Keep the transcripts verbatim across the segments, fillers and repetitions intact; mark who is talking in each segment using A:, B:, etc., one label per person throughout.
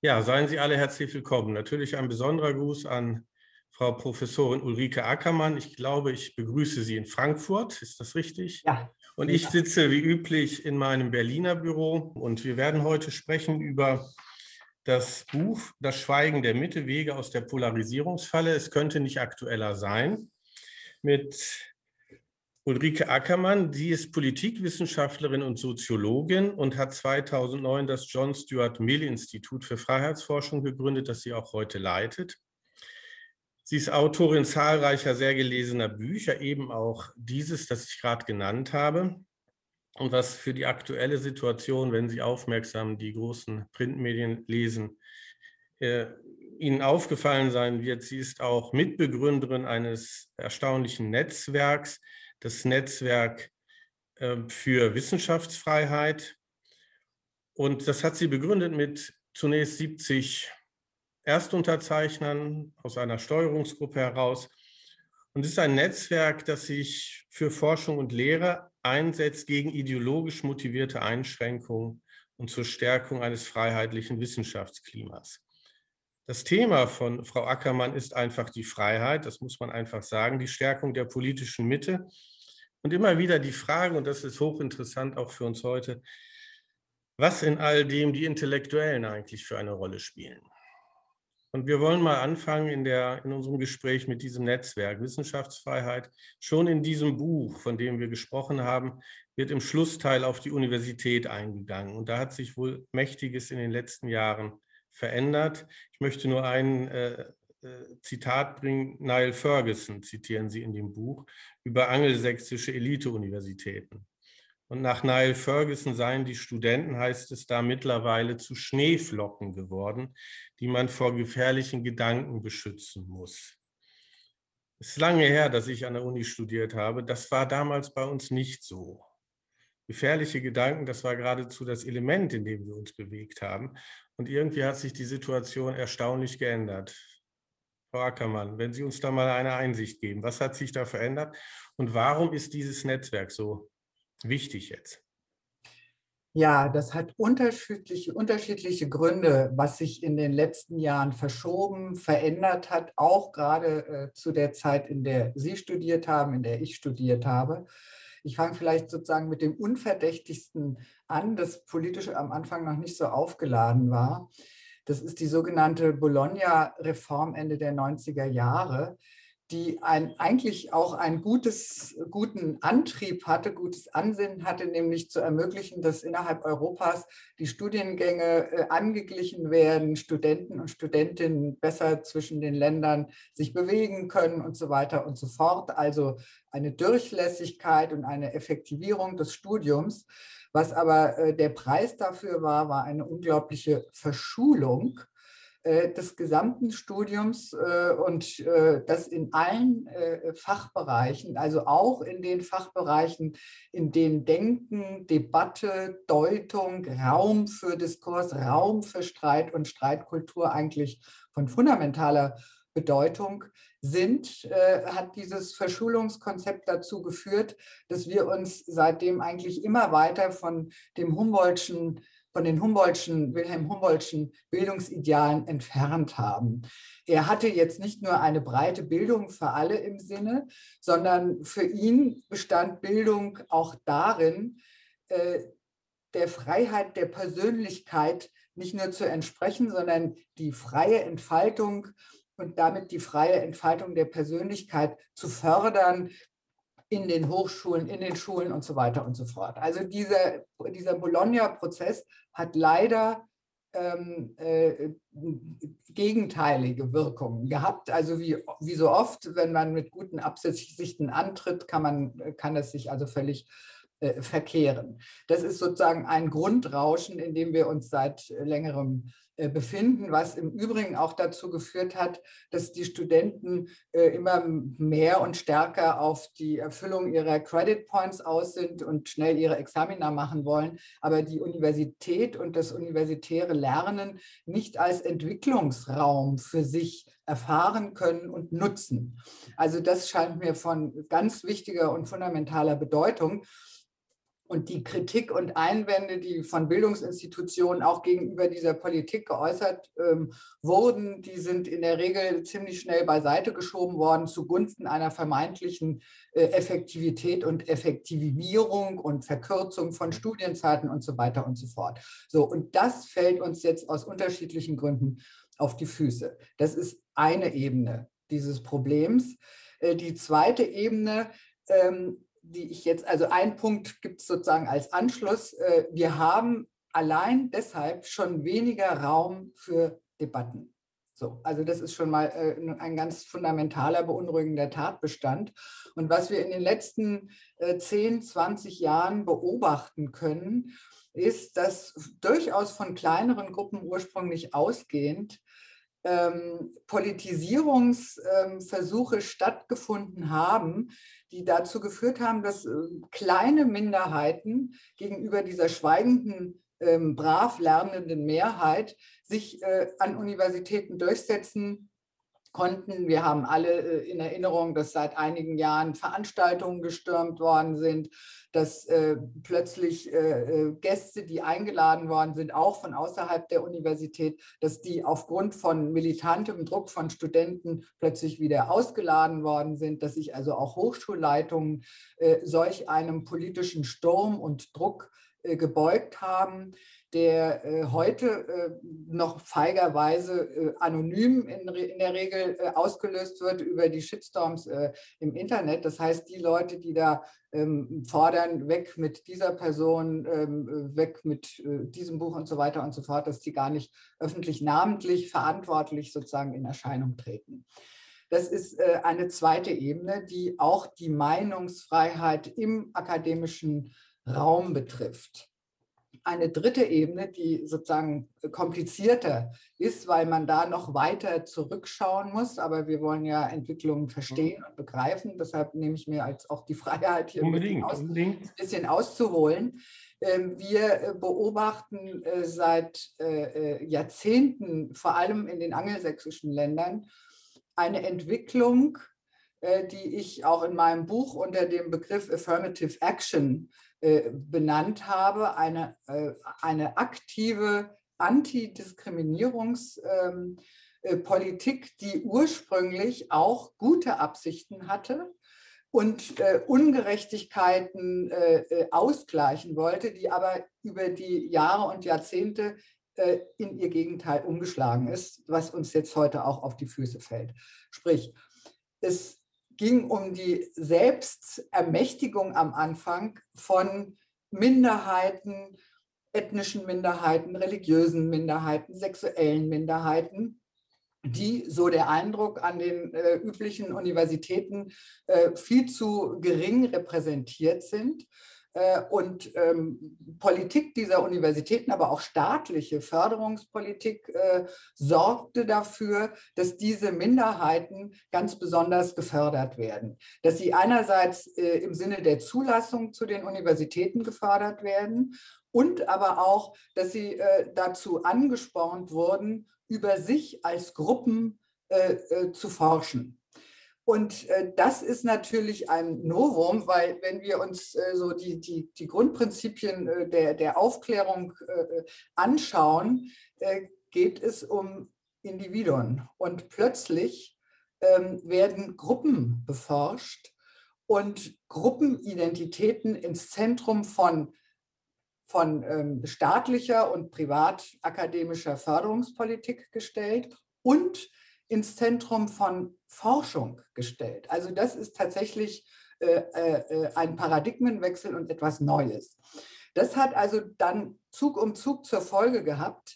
A: Ja, seien Sie alle herzlich willkommen. Natürlich ein besonderer Gruß an Frau Professorin Ulrike Ackermann. Ich glaube, ich begrüße Sie in Frankfurt. Ist das richtig?
B: Ja,
A: Und ich
B: ja.
A: sitze wie üblich in meinem Berliner Büro und wir werden heute sprechen über das Buch Das Schweigen der Mitte, Wege aus der Polarisierungsfalle. Es könnte nicht aktueller sein. Mit Ulrike Ackermann, sie ist Politikwissenschaftlerin und Soziologin und hat zweitausendneun das John Stuart Mill Institut für Freiheitsforschung gegründet, das sie auch heute leitet. Sie ist Autorin zahlreicher sehr gelesener Bücher, eben auch dieses, das ich gerade genannt habe. Und was für die aktuelle Situation, wenn Sie aufmerksam die großen Printmedien lesen, äh, Ihnen aufgefallen sein wird, sie ist auch Mitbegründerin eines erstaunlichen Netzwerks, das Netzwerk äh, für Wissenschaftsfreiheit. Und das hat sie begründet mit zunächst siebzig Erstunterzeichnern aus einer Steuerungsgruppe heraus. Und es ist ein Netzwerk, das sich für Forschung und Lehre einsetzt gegen ideologisch motivierte Einschränkungen und zur Stärkung eines freiheitlichen Wissenschaftsklimas. Das Thema von Frau Ackermann ist einfach die Freiheit, das muss man einfach sagen, die Stärkung der politischen Mitte und immer wieder die Frage, und das ist hochinteressant auch für uns heute, was in all dem die Intellektuellen eigentlich für eine Rolle spielen. Und wir wollen mal anfangen in, der, in unserem Gespräch mit diesem Netzwerk Wissenschaftsfreiheit. Schon in diesem Buch, von dem wir gesprochen haben, wird im Schlussteil auf die Universität eingegangen. Und da hat sich wohl Mächtiges in den letzten Jahren verändert. Ich möchte nur ein äh, Zitat bringen. Niall Ferguson zitieren Sie in dem Buch über angelsächsische Elite-Universitäten. Und nach Niall Ferguson seien die Studenten, heißt es da, mittlerweile zu Schneeflocken geworden, die man vor gefährlichen Gedanken beschützen muss. Es ist lange her, dass ich an der Uni studiert habe. Das war damals bei uns nicht so. Gefährliche Gedanken, das war geradezu das Element, in dem wir uns bewegt haben. Und irgendwie hat sich die Situation erstaunlich geändert. Frau Ackermann, wenn Sie uns da mal eine Einsicht geben, was hat sich da verändert und warum ist dieses Netzwerk so wichtig jetzt?
B: Ja, das hat unterschiedliche, unterschiedliche Gründe, was sich in den letzten Jahren verschoben, verändert hat, auch gerade äh, zu der Zeit, in der Sie studiert haben, in der ich studiert habe. Ich fange vielleicht sozusagen mit dem Unverdächtigsten an, das politisch am Anfang noch nicht so aufgeladen war. Das ist die sogenannte Bologna-Reform Ende der neunziger Jahre, die ein, eigentlich auch einen gutes, guten Antrieb hatte, gutes Ansinnen hatte, nämlich zu ermöglichen, dass innerhalb Europas die Studiengänge äh, angeglichen werden, Studenten und Studentinnen besser zwischen den Ländern sich bewegen können und so weiter und so fort. Also eine Durchlässigkeit und eine Effektivierung des Studiums. Was aber äh, der Preis dafür war, war eine unglaubliche Verschulung des gesamten Studiums äh, und äh, das in allen äh, Fachbereichen, also auch in den Fachbereichen, in denen Denken, Debatte, Deutung, Raum für Diskurs, Raum für Streit und Streitkultur eigentlich von fundamentaler Bedeutung sind, äh, hat dieses Verschulungskonzept dazu geführt, dass wir uns seitdem eigentlich immer weiter von dem Humboldtschen von den Humboldtschen, Wilhelm Humboldtschen Bildungsidealen entfernt haben. Er hatte jetzt nicht nur eine breite Bildung für alle im Sinne, sondern für ihn bestand Bildung auch darin, äh, der Freiheit der Persönlichkeit nicht nur zu entsprechen, sondern die freie Entfaltung und damit die freie Entfaltung der Persönlichkeit zu fördern, in den Hochschulen, in den Schulen und so weiter und so fort. Also dieser, dieser Bologna-Prozess hat leider ähm, äh, gegenteilige Wirkungen gehabt. Also wie, wie so oft, wenn man mit guten Absichten antritt, kann, man, kann es sich also völlig äh, verkehren. Das ist sozusagen ein Grundrauschen, in dem wir uns seit längerem äh, befinden, was im Übrigen auch dazu geführt hat, dass die Studenten äh, immer mehr und stärker auf die Erfüllung ihrer Credit Points aus sind und schnell ihre Examina machen wollen, aber die Universität und das universitäre Lernen nicht als Entwicklungsraum für sich erfahren können und nutzen. Also das scheint mir von ganz wichtiger und fundamentaler Bedeutung. Und die Kritik und Einwände, die von Bildungsinstitutionen auch gegenüber dieser Politik geäußert ähm, wurden, die sind in der Regel ziemlich schnell beiseite geschoben worden zugunsten einer vermeintlichen äh, Effektivität und Effektivierung und Verkürzung von Studienzeiten und so weiter und so fort. So, und das fällt uns jetzt aus unterschiedlichen Gründen auf die Füße. Das ist eine Ebene dieses Problems. Äh, die zweite Ebene, ähm, die ich jetzt, also ein Punkt gibt es sozusagen als Anschluss. Wir haben allein deshalb schon weniger Raum für Debatten. So, also das ist schon mal ein ganz fundamentaler, beunruhigender Tatbestand. Und was wir in den letzten zehn, zwanzig Jahren beobachten können, ist, dass durchaus von kleineren Gruppen ursprünglich ausgehend Ähm, Politisierungsversuche ähm, stattgefunden haben, die dazu geführt haben, dass äh, kleine Minderheiten gegenüber dieser schweigenden, ähm, brav lernenden Mehrheit sich äh, an Universitäten durchsetzen konnten. Wir haben alle äh, in Erinnerung, dass seit einigen Jahren Veranstaltungen gestürmt worden sind, dass äh, plötzlich äh, Gäste, die eingeladen worden sind, auch von außerhalb der Universität, dass die aufgrund von militantem Druck von Studenten plötzlich wieder ausgeladen worden sind, dass sich also auch Hochschulleitungen äh, solch einem politischen Sturm und Druck äh, gebeugt haben, der äh, heute äh, noch feigerweise äh, anonym in, in der Regel äh, ausgelöst wird über die Shitstorms äh, im Internet. Das heißt, die Leute, die da ähm, fordern, weg mit dieser Person, ähm, weg mit äh, diesem Buch und so weiter und so fort, dass die gar nicht öffentlich namentlich verantwortlich sozusagen in Erscheinung treten. Das ist äh, eine zweite Ebene, die auch die Meinungsfreiheit im akademischen Raum betrifft. Eine dritte Ebene, die sozusagen komplizierter ist, weil man da noch weiter zurückschauen muss, aber wir wollen ja Entwicklungen verstehen und begreifen, deshalb nehme ich mir als auch die Freiheit, hier
A: Unbedingt,
B: ein bisschen, aus,
A: unbedingt.
B: ein bisschen auszuholen. Wir beobachten seit Jahrzehnten, vor allem in den angelsächsischen Ländern, eine Entwicklung, die ich auch in meinem Buch unter dem Begriff Affirmative Action benannt habe, eine, eine aktive Antidiskriminierungspolitik, die ursprünglich auch gute Absichten hatte und Ungerechtigkeiten ausgleichen wollte, die aber über die Jahre und Jahrzehnte in ihr Gegenteil umgeschlagen ist, was uns jetzt heute auch auf die Füße fällt. Sprich, es ging um die Selbstermächtigung am Anfang von Minderheiten, ethnischen Minderheiten, religiösen Minderheiten, sexuellen Minderheiten, die, so der Eindruck, an den äh, üblichen Universitäten äh, viel zu gering repräsentiert sind. Und ähm, Politik dieser Universitäten, aber auch staatliche Förderungspolitik äh, sorgte dafür, dass diese Minderheiten ganz besonders gefördert werden. Dass sie einerseits äh, im Sinne der Zulassung zu den Universitäten gefördert werden und aber auch, dass sie äh, dazu angespornt wurden, über sich als Gruppen äh, äh, zu forschen. Und äh, das ist natürlich ein Novum, weil wenn wir uns äh, so die, die, die Grundprinzipien äh, der, der Aufklärung äh, anschauen, äh, geht es um Individuen. Und plötzlich ähm, werden Gruppen beforscht und Gruppenidentitäten ins Zentrum von, von ähm, staatlicher und privatakademischer Förderungspolitik gestellt und ins Zentrum von Forschung gestellt. Also das ist tatsächlich äh, äh, ein Paradigmenwechsel und etwas Neues. Das hat also dann Zug um Zug zur Folge gehabt,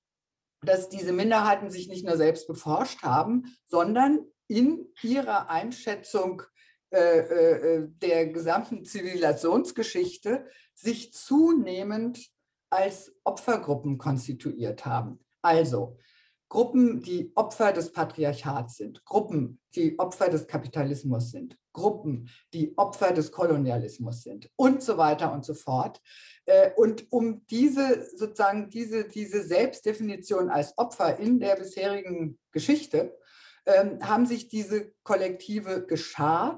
B: dass diese Minderheiten sich nicht nur selbst beforscht haben, sondern in ihrer Einschätzung äh, äh, der gesamten Zivilisationsgeschichte sich zunehmend als Opfergruppen konstituiert haben. Also Gruppen, die Opfer des Patriarchats sind, Gruppen, die Opfer des Kapitalismus sind, Gruppen, die Opfer des Kolonialismus sind und so weiter und so fort. Und um diese sozusagen diese, diese Selbstdefinition als Opfer in der bisherigen Geschichte haben sich diese Kollektive geschart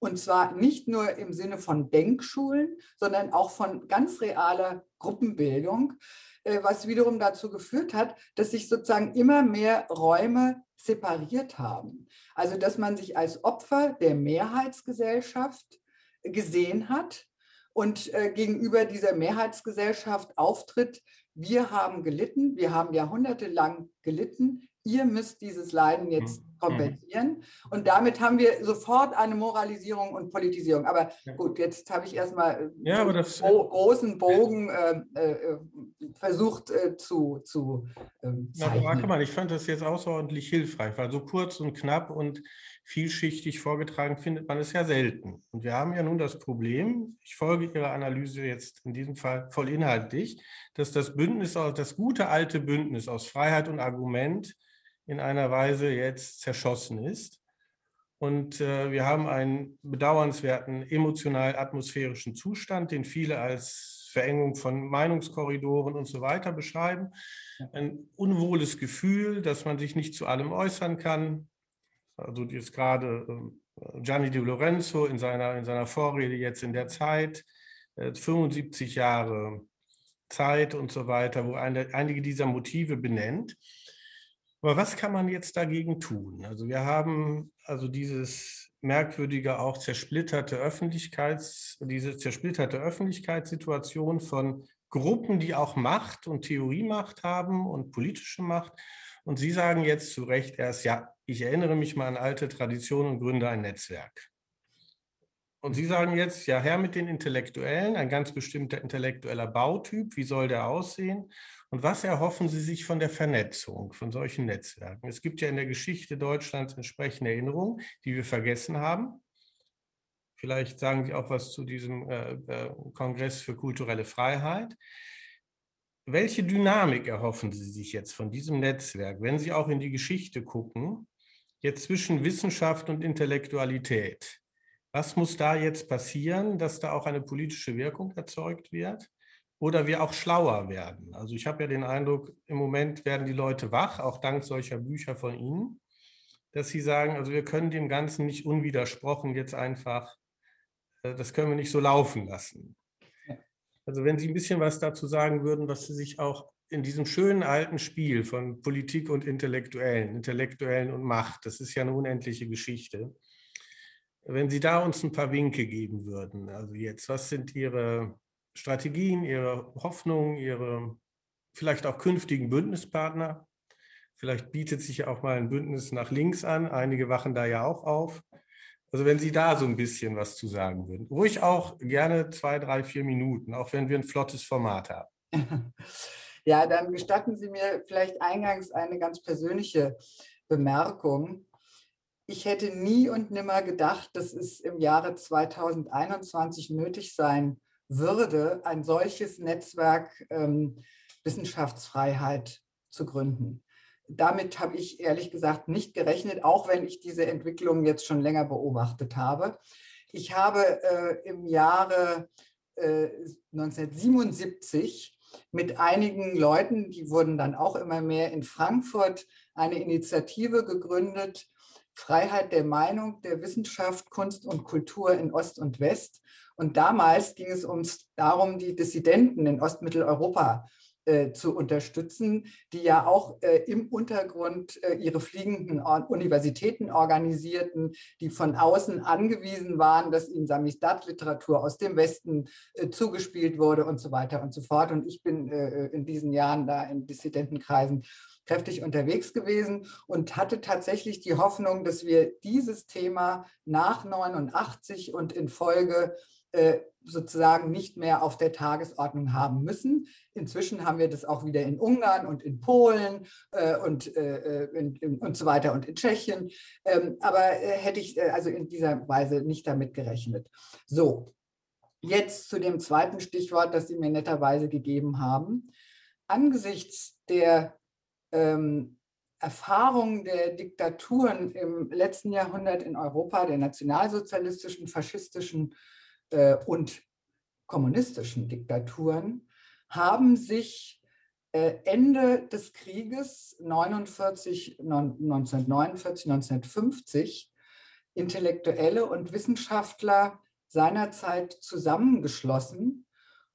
B: Und zwar nicht nur im Sinne von Denkschulen, sondern auch von ganz realer Gruppenbildung, was wiederum dazu geführt hat, dass sich sozusagen immer mehr Räume separiert haben. Also dass man sich als Opfer der Mehrheitsgesellschaft gesehen hat und äh, gegenüber dieser Mehrheitsgesellschaft auftritt: Wir haben gelitten, wir haben jahrhundertelang gelitten, ihr müsst dieses Leiden jetzt kompensieren. Und damit haben wir sofort eine Moralisierung und Politisierung. Aber gut, jetzt habe ich erstmal
A: ja, aber das,
B: einen großen Bogen äh, äh, versucht äh, zu, zu äh, zeichnen.
A: Na, Frau Ackermann, ich fand das jetzt außerordentlich hilfreich, weil so kurz und knapp und vielschichtig vorgetragen findet man es ja selten. Und wir haben ja nun das Problem, ich folge Ihrer Analyse jetzt in diesem Fall voll inhaltlich, dass das Bündnis, das gute alte Bündnis aus Freiheit und Argument in einer Weise jetzt zerschossen ist. Und äh, wir haben einen bedauernswerten emotional-atmosphärischen Zustand, den viele als Verengung von Meinungskorridoren und so weiter beschreiben. Ein unwohles Gefühl, dass man sich nicht zu allem äußern kann. Also jetzt gerade äh, Gianni Di Lorenzo in seiner, in seiner Vorrede jetzt in der Zeit, äh, fünfundsiebzig Jahre Zeit und so weiter, wo eine, einige dieser Motive benennt. Aber was kann man jetzt dagegen tun? Also wir haben also dieses merkwürdige, auch zersplitterte Öffentlichkeits, diese zersplitterte Öffentlichkeitssituation von Gruppen, die auch Macht und Theoriemacht haben und politische Macht. Und Sie sagen jetzt zu Recht erst, ja, ich erinnere mich mal an alte Traditionen und gründe ein Netzwerk. Und Sie sagen jetzt, ja, her mit den Intellektuellen, ein ganz bestimmter intellektueller Bautyp, wie soll der aussehen? Und was erhoffen Sie sich von der Vernetzung von solchen Netzwerken? Es gibt ja in der Geschichte Deutschlands entsprechende Erinnerungen, die wir vergessen haben. Vielleicht sagen Sie auch was zu diesem äh, äh, Kongress für kulturelle Freiheit. Welche Dynamik erhoffen Sie sich jetzt von diesem Netzwerk, wenn Sie auch in die Geschichte gucken, jetzt zwischen Wissenschaft und Intellektualität? Was muss da jetzt passieren, dass da auch eine politische Wirkung erzeugt wird oder wir auch schlauer werden? Also ich habe ja den Eindruck, im Moment werden die Leute wach, auch dank solcher Bücher von Ihnen, dass sie sagen, also wir können dem Ganzen nicht unwidersprochen jetzt einfach, das können wir nicht so laufen lassen. Also wenn Sie ein bisschen was dazu sagen würden, was Sie sich auch in diesem schönen alten Spiel von Politik und Intellektuellen, Intellektuellen und Macht, das ist ja eine unendliche Geschichte, wenn Sie da uns ein paar Winke geben würden, also jetzt, was sind Ihre Strategien, Ihre Hoffnungen, Ihre vielleicht auch künftigen Bündnispartner? Vielleicht bietet sich ja auch mal ein Bündnis nach links an, einige wachen da ja auch auf. Also wenn Sie da so ein bisschen was zu sagen würden. Ruhig auch gerne zwei, drei, vier Minuten, auch wenn wir ein flottes Format haben.
B: Ja, dann gestatten Sie mir vielleicht eingangs eine ganz persönliche Bemerkung. Ich hätte nie und nimmer gedacht, dass es im Jahre zweitausendeinundzwanzig nötig sein würde, ein solches Netzwerk ähm, Wissenschaftsfreiheit zu gründen. Damit habe ich ehrlich gesagt nicht gerechnet, auch wenn ich diese Entwicklung jetzt schon länger beobachtet habe. Ich habe äh, im Jahre äh, neunzehnhundertsiebenundsiebzig mit einigen Leuten, die wurden dann auch immer mehr in Frankfurt, eine Initiative gegründet, Freiheit der Meinung, der Wissenschaft, Kunst und Kultur in Ost und West. Und damals ging es uns darum, die Dissidenten in Ostmitteleuropa äh, zu unterstützen, die ja auch äh, im Untergrund äh, ihre fliegenden Universitäten organisierten, die von außen angewiesen waren, dass ihnen Samisdat-Literatur aus dem Westen äh, zugespielt wurde und so weiter und so fort. Und ich bin äh, in diesen Jahren da in Dissidentenkreisen kräftig unterwegs gewesen und hatte tatsächlich die Hoffnung, dass wir dieses Thema nach neunundachtzig und in Folge äh, sozusagen nicht mehr auf der Tagesordnung haben müssen. Inzwischen haben wir das auch wieder in Ungarn und in Polen äh, und, äh, in, in, und so weiter und in Tschechien. Ähm, aber äh, hätte ich äh, also in dieser Weise nicht damit gerechnet. So, jetzt zu dem zweiten Stichwort, das Sie mir netterweise gegeben haben. Angesichts der ähm, Erfahrungen der Diktaturen im letzten Jahrhundert in Europa, der nationalsozialistischen, faschistischen äh, und kommunistischen Diktaturen, haben sich äh, Ende des Krieges neunundvierzig, neunzehnhundertneunundvierzig, neunzehnhundertfünfzig Intellektuelle und Wissenschaftler seinerzeit zusammengeschlossen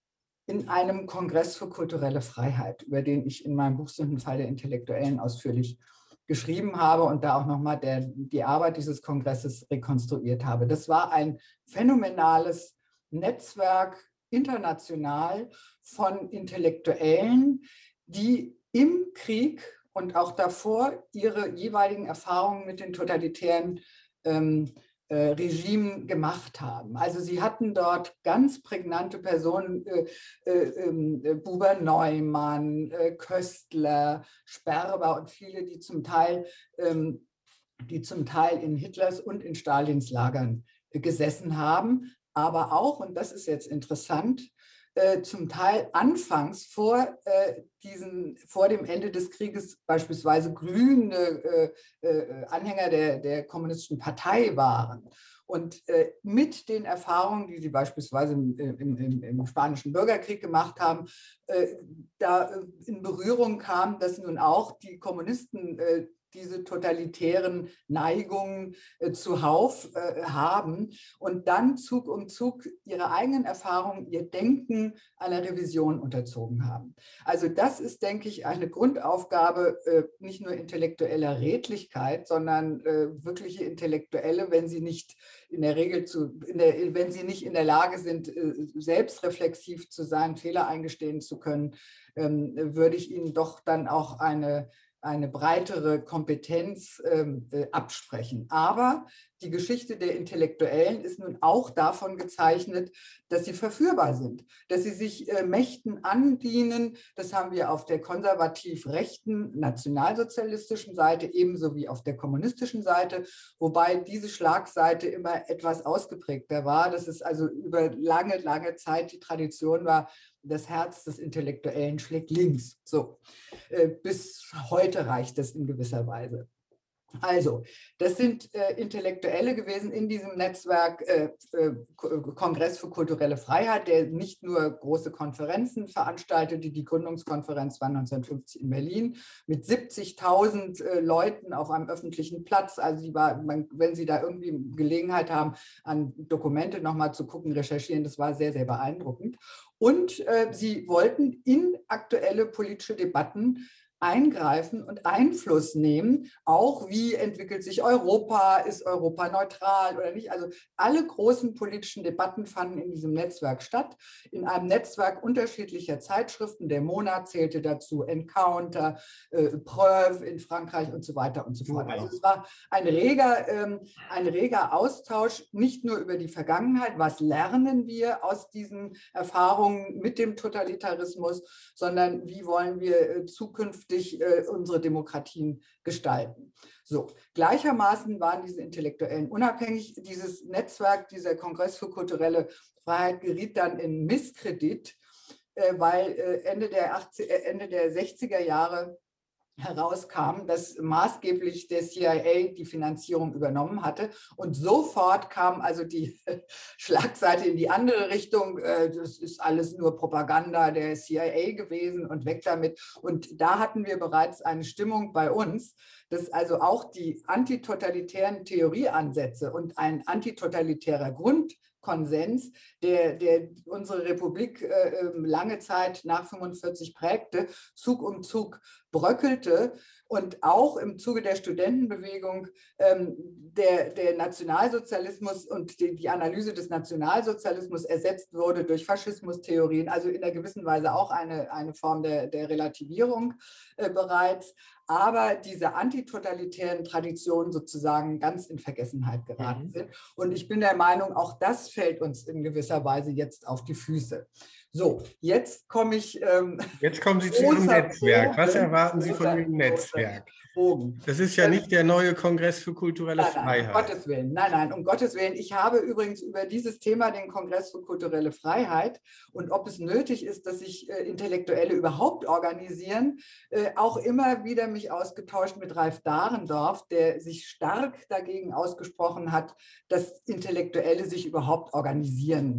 B: in einem Kongress für kulturelle Freiheit, über den ich in meinem Buch Sündenfall der Intellektuellen ausführlich geschrieben habe und da auch nochmal die Arbeit dieses Kongresses rekonstruiert habe. Das war ein phänomenales Netzwerk international von Intellektuellen, die im Krieg und auch davor ihre jeweiligen Erfahrungen mit den totalitären ähm, äh, Regimen gemacht haben. Also sie hatten dort ganz prägnante Personen, äh, äh, äh, Buber Neumann, äh, Köstler, Sperber und viele, die zum Teil, ähm, die zum Teil in Hitlers und in Stalins Lagern äh, gesessen haben, aber auch, und das ist jetzt interessant, Äh, zum Teil anfangs vor, äh, diesen, vor dem Ende des Krieges beispielsweise glühende äh, äh, Anhänger der, der kommunistischen Partei waren. Und äh, mit den Erfahrungen, die sie beispielsweise im, im, im, im Spanischen Bürgerkrieg gemacht haben, äh, da in Berührung kam, dass nun auch die Kommunisten äh, diese totalitären Neigungen äh, zuhauf äh, haben und dann Zug um Zug ihre eigenen Erfahrungen, ihr Denken einer Revision unterzogen haben. Also das ist, denke ich, eine Grundaufgabe äh, nicht nur intellektueller Redlichkeit, sondern äh, wirkliche Intellektuelle, wenn sie nicht in der Regel zu, in der, wenn sie nicht in der Lage sind, äh, selbstreflexiv zu sein, Fehler eingestehen zu können, ähm, würde ich ihnen doch dann auch eine eine breitere Kompetenz ähm, äh, absprechen. Aber die Geschichte der Intellektuellen ist nun auch davon gezeichnet, dass sie verführbar sind, dass sie sich äh, Mächten andienen. Das haben wir auf der konservativ-rechten, nationalsozialistischen Seite ebenso wie auf der kommunistischen Seite, wobei diese Schlagseite immer etwas ausgeprägter war, dass es also über lange, lange Zeit die Tradition war, das Herz des Intellektuellen schlägt links. So, äh, bis heute reicht das in gewisser Weise. Also, das sind äh, Intellektuelle gewesen in diesem Netzwerk äh, äh, Kongress für kulturelle Freiheit, der nicht nur große Konferenzen veranstaltete. Die Gründungskonferenz war neunzehnhundertfünfzig in Berlin mit siebzigtausend äh, Leuten auf einem öffentlichen Platz. Also, die war, man, wenn Sie da irgendwie Gelegenheit haben, an Dokumente nochmal zu gucken, recherchieren, das war sehr, sehr beeindruckend. Und äh, sie wollten in aktuelle politische Debatten eingreifen und Einfluss nehmen, auch wie entwickelt sich Europa, ist Europa neutral oder nicht. Also alle großen politischen Debatten fanden in diesem Netzwerk statt, in einem Netzwerk unterschiedlicher Zeitschriften. Der Monat zählte dazu, Encounter, äh, Preuve in Frankreich und so weiter und so fort. Also es war ein reger, ähm, ein reger Austausch, nicht nur über die Vergangenheit, was lernen wir aus diesen Erfahrungen mit dem Totalitarismus, sondern wie wollen wir äh, zukünftig äh, unsere Demokratien gestalten. So, gleichermaßen waren diese Intellektuellen unabhängig. Dieses Netzwerk, dieser Kongress für kulturelle Freiheit geriet dann in Misskredit, äh, weil äh, Ende der achtziger, äh, Ende der sechziger Jahre herauskam, dass maßgeblich der C I A die Finanzierung übernommen hatte. Und sofort kam also die Schlagseite in die andere Richtung. Das ist alles nur Propaganda der C I A gewesen und weg damit. Und da hatten wir bereits eine Stimmung bei uns, dass also auch die antitotalitären Theorieansätze und ein antitotalitärer Grund Konsens, der, der unsere Republik äh, lange Zeit nach fünfundvierzig prägte, Zug um Zug bröckelte und auch im Zuge der Studentenbewegung ähm, der, der Nationalsozialismus und die, die Analyse des Nationalsozialismus ersetzt wurde durch Faschismustheorien, also in einer gewissen Weise auch eine, eine Form der, der Relativierung äh, bereits, aber diese antitotalitären Traditionen sozusagen ganz in Vergessenheit geraten mhm. sind. Und ich bin der Meinung, auch das fällt uns in gewisser Weise jetzt auf die Füße. So, jetzt komme ich... Ähm,
A: jetzt kommen Sie zu Ihrem Netzwerk. Was erwarten Sie von Ihrem Netzwerk?
B: Bogen.
A: Das ist ja nicht der neue Kongress für kulturelle
B: nein, nein,
A: Freiheit.
B: Um Gottes Willen. Nein, nein, um Gottes Willen. Ich habe übrigens über dieses Thema, den Kongress für kulturelle Freiheit und ob es nötig ist, dass sich äh, Intellektuelle überhaupt organisieren, äh, auch immer wieder mich ausgetauscht mit Ralf Dahrendorf, der sich stark dagegen ausgesprochen hat, dass Intellektuelle sich überhaupt organisieren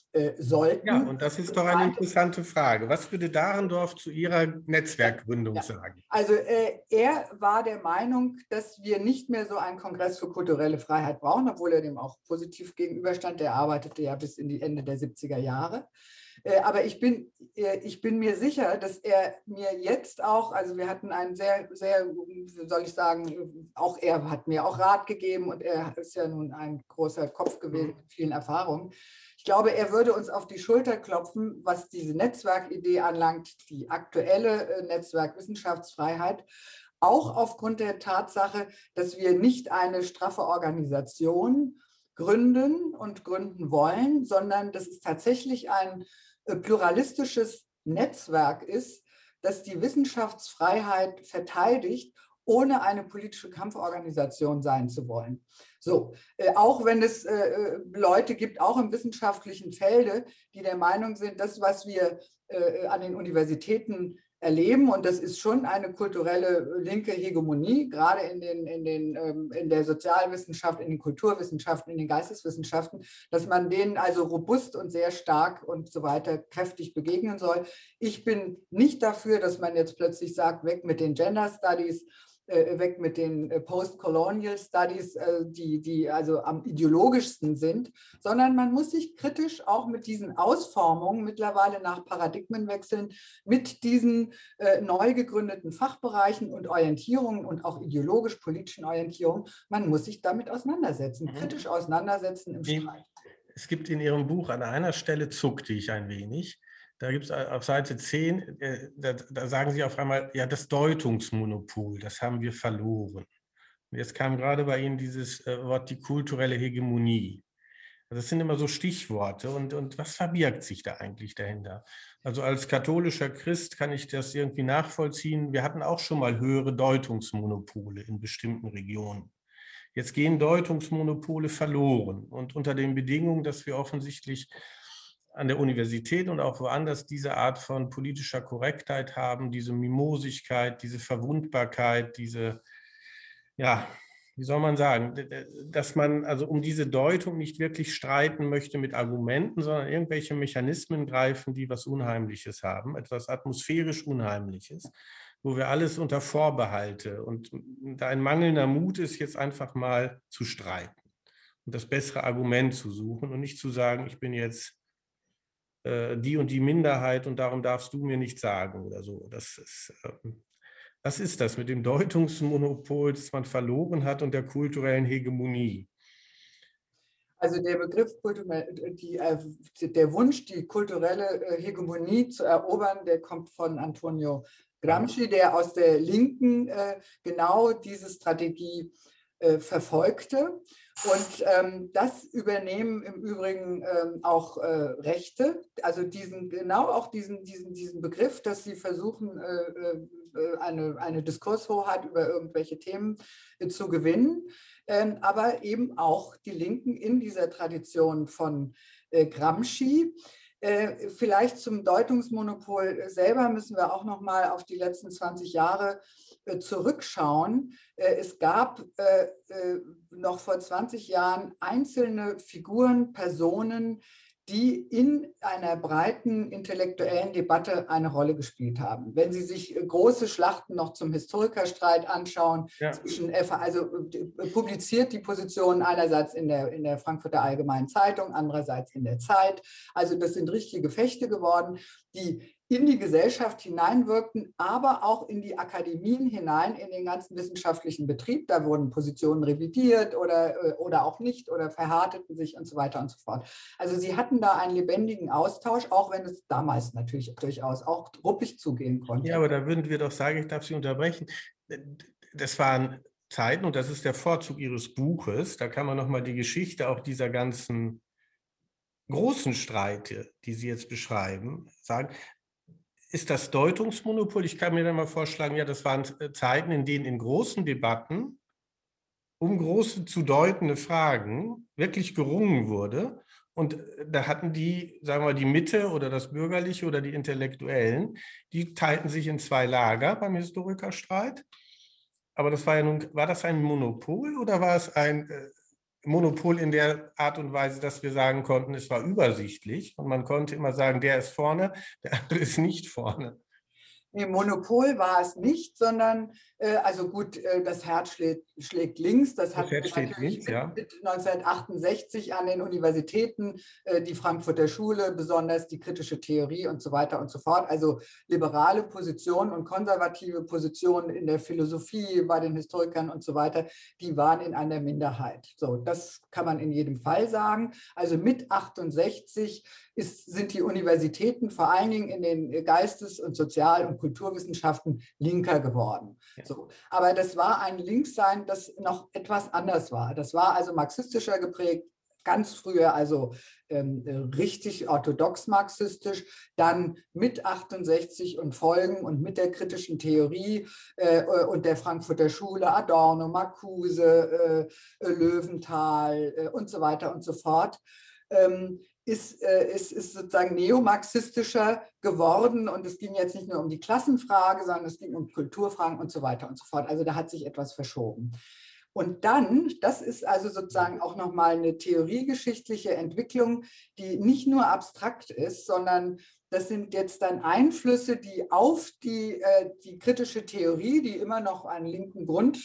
B: äh,
A: Ja,
B: sollten.
A: und das ist doch eine interessante Frage. Was würde Dahrendorf zu Ihrer Netzwerkgründung
B: ja.
A: sagen?
B: Also äh, er war der Meinung, dass wir nicht mehr so einen Kongress für kulturelle Freiheit brauchen, obwohl er dem auch positiv gegenüberstand. Der arbeitete ja bis in die Ende der siebziger Jahre. Äh, aber ich bin, äh, ich bin mir sicher, dass er mir jetzt auch, also wir hatten einen sehr, sehr, wie soll ich sagen, auch er hat mir auch Rat gegeben und er ist ja nun ein großer Kopf gewesen mit vielen Erfahrungen. Ich glaube, er würde uns auf die Schulter klopfen, was diese Netzwerkidee anlangt, die aktuelle äh, Netzwerkwissenschaftsfreiheit, auch aufgrund der Tatsache, dass wir nicht eine straffe Organisation gründen und gründen wollen, sondern dass es tatsächlich ein äh, pluralistisches Netzwerk ist, das die Wissenschaftsfreiheit verteidigt, ohne eine politische Kampforganisation sein zu wollen. So, äh, auch wenn es äh, Leute gibt, auch im wissenschaftlichen Felde, die der Meinung sind, das, was wir äh, an den Universitäten erleben, und das ist schon eine kulturelle linke Hegemonie, gerade in, den, in, den, ähm, in der Sozialwissenschaft, in den Kulturwissenschaften, in den Geisteswissenschaften, dass man denen also robust und sehr stark und so weiter kräftig begegnen soll. Ich bin nicht dafür, dass man jetzt plötzlich sagt, weg mit den Gender Studies, weg mit den Post-Colonial Studies, die, die also am ideologischsten sind, sondern man muss sich kritisch auch mit diesen Ausformungen, mittlerweile nach Paradigmenwechseln, mit diesen äh, neu gegründeten Fachbereichen und Orientierungen und auch ideologisch-politischen Orientierungen, man muss sich damit auseinandersetzen, kritisch auseinandersetzen im Streit.
A: Es gibt in Ihrem Buch an einer Stelle, zuckte ich ein wenig, da gibt es auf Seite zehn, da, da sagen Sie auf einmal, ja, das Deutungsmonopol, das haben wir verloren. Und jetzt kam gerade bei Ihnen dieses Wort, die kulturelle Hegemonie. Das sind immer so Stichworte. Und, und was verbirgt sich da eigentlich dahinter? Also als katholischer Christ kann ich das irgendwie nachvollziehen. Wir hatten auch schon mal höhere Deutungsmonopole in bestimmten Regionen. Jetzt gehen Deutungsmonopole verloren. Und unter den Bedingungen, dass wir offensichtlich an der Universität und auch woanders diese Art von politischer Korrektheit haben, diese Mimosigkeit, diese Verwundbarkeit, diese, ja, wie soll man sagen, dass man also um diese Deutung nicht wirklich streiten möchte mit Argumenten, sondern irgendwelche Mechanismen greifen, die was Unheimliches haben, etwas atmosphärisch Unheimliches, wo wir alles unter Vorbehalte und da ein mangelnder Mut ist, jetzt einfach mal zu streiten und das bessere Argument zu suchen und nicht zu sagen, ich bin jetzt die und die Minderheit und darum darfst du mir nichts sagen oder so. Das ist, was ist das mit dem Deutungsmonopol, das man verloren hat, und der kulturellen Hegemonie?
B: Also der Begriff, die, der Wunsch, die kulturelle Hegemonie zu erobern, der kommt von Antonio Gramsci, der aus der Linken genau diese Strategie verfolgte. Und ähm, das übernehmen im Übrigen ähm, auch äh, Rechte, also diesen, genau auch diesen, diesen, diesen Begriff, dass sie versuchen, äh, eine, eine Diskurshoheit über irgendwelche Themen äh, zu gewinnen, ähm, aber eben auch die Linken in dieser Tradition von äh, Gramsci. Äh, vielleicht zum Deutungsmonopol selber müssen wir auch noch mal auf die letzten zwanzig Jahre äh, zurückschauen. Äh, es gab äh, äh, noch vor zwanzig Jahren einzelne Figuren, Personen, die in einer breiten intellektuellen Debatte eine Rolle gespielt haben. Wenn Sie sich große Schlachten noch zum Historikerstreit anschauen, ja. zwischen, also publiziert die Positionen einerseits in der, in der Frankfurter Allgemeinen Zeitung, andererseits in der Zeit. Also das sind richtige Gefechte geworden, die in die Gesellschaft hineinwirkten, aber auch in die Akademien hinein, in den ganzen wissenschaftlichen Betrieb. Da wurden Positionen revidiert oder, oder auch nicht oder verhärteten sich und so weiter und so fort. Also sie hatten da einen lebendigen Austausch, auch wenn es damals natürlich durchaus auch ruppig zugehen konnte.
A: Ja, aber da würden wir doch sagen, ich darf Sie unterbrechen, das waren Zeiten, und das ist der Vorzug Ihres Buches, da kann man nochmal die Geschichte auch dieser ganzen großen Streite, die Sie jetzt beschreiben, sagen. Ist das Deutungsmonopol? Ich kann mir dann mal vorschlagen, ja, das waren Zeiten, in denen in großen Debatten um große zu deutende Fragen wirklich gerungen wurde. Und da hatten die, sagen wir mal, die Mitte oder das Bürgerliche oder die Intellektuellen, die teilten sich in zwei Lager beim Historikerstreit. Aber das war ja nun, war das ein Monopol oder war es ein Monopol in der Art und Weise, dass wir sagen konnten, es war übersichtlich und man konnte immer sagen, der ist vorne, der andere ist nicht vorne.
B: Nee, Monopol war es nicht, sondern, äh, also gut, äh, das Herz schlägt, schlägt links. Das,
A: Das
B: hat
A: Herz steht
B: natürlich
A: links,
B: mit,
A: ja.
B: mit neunzehnhundertachtundsechzig an den Universitäten, äh, die Frankfurter Schule, besonders die kritische Theorie und so weiter und so fort. Also liberale Positionen und konservative Positionen in der Philosophie, bei den Historikern und so weiter, die waren in einer Minderheit. So, das kann man in jedem Fall sagen. Also mit achtundsechzig ist, sind die Universitäten vor allen Dingen in den Geistes- und Sozial- und Kulturwissenschaften linker geworden.
A: Ja.
B: So. Aber das war ein Linkssein, das noch etwas anders war. Das war also marxistischer geprägt, ganz früher also ähm, richtig orthodox marxistisch, dann mit achtundsechzig und Folgen und mit der kritischen Theorie äh, und der Frankfurter Schule, Adorno, Marcuse, äh, Löwenthal äh, und so weiter und so fort. Ähm, Ist, äh, ist, ist sozusagen neomarxistischer geworden und es ging jetzt nicht nur um die Klassenfrage, sondern es ging um Kulturfragen und so weiter und so fort. Also da hat sich etwas verschoben. Und dann, das ist also sozusagen auch nochmal eine theoriegeschichtliche Entwicklung, die nicht nur abstrakt ist, sondern das sind jetzt dann Einflüsse, die auf die, äh, die kritische Theorie, die immer noch einen linken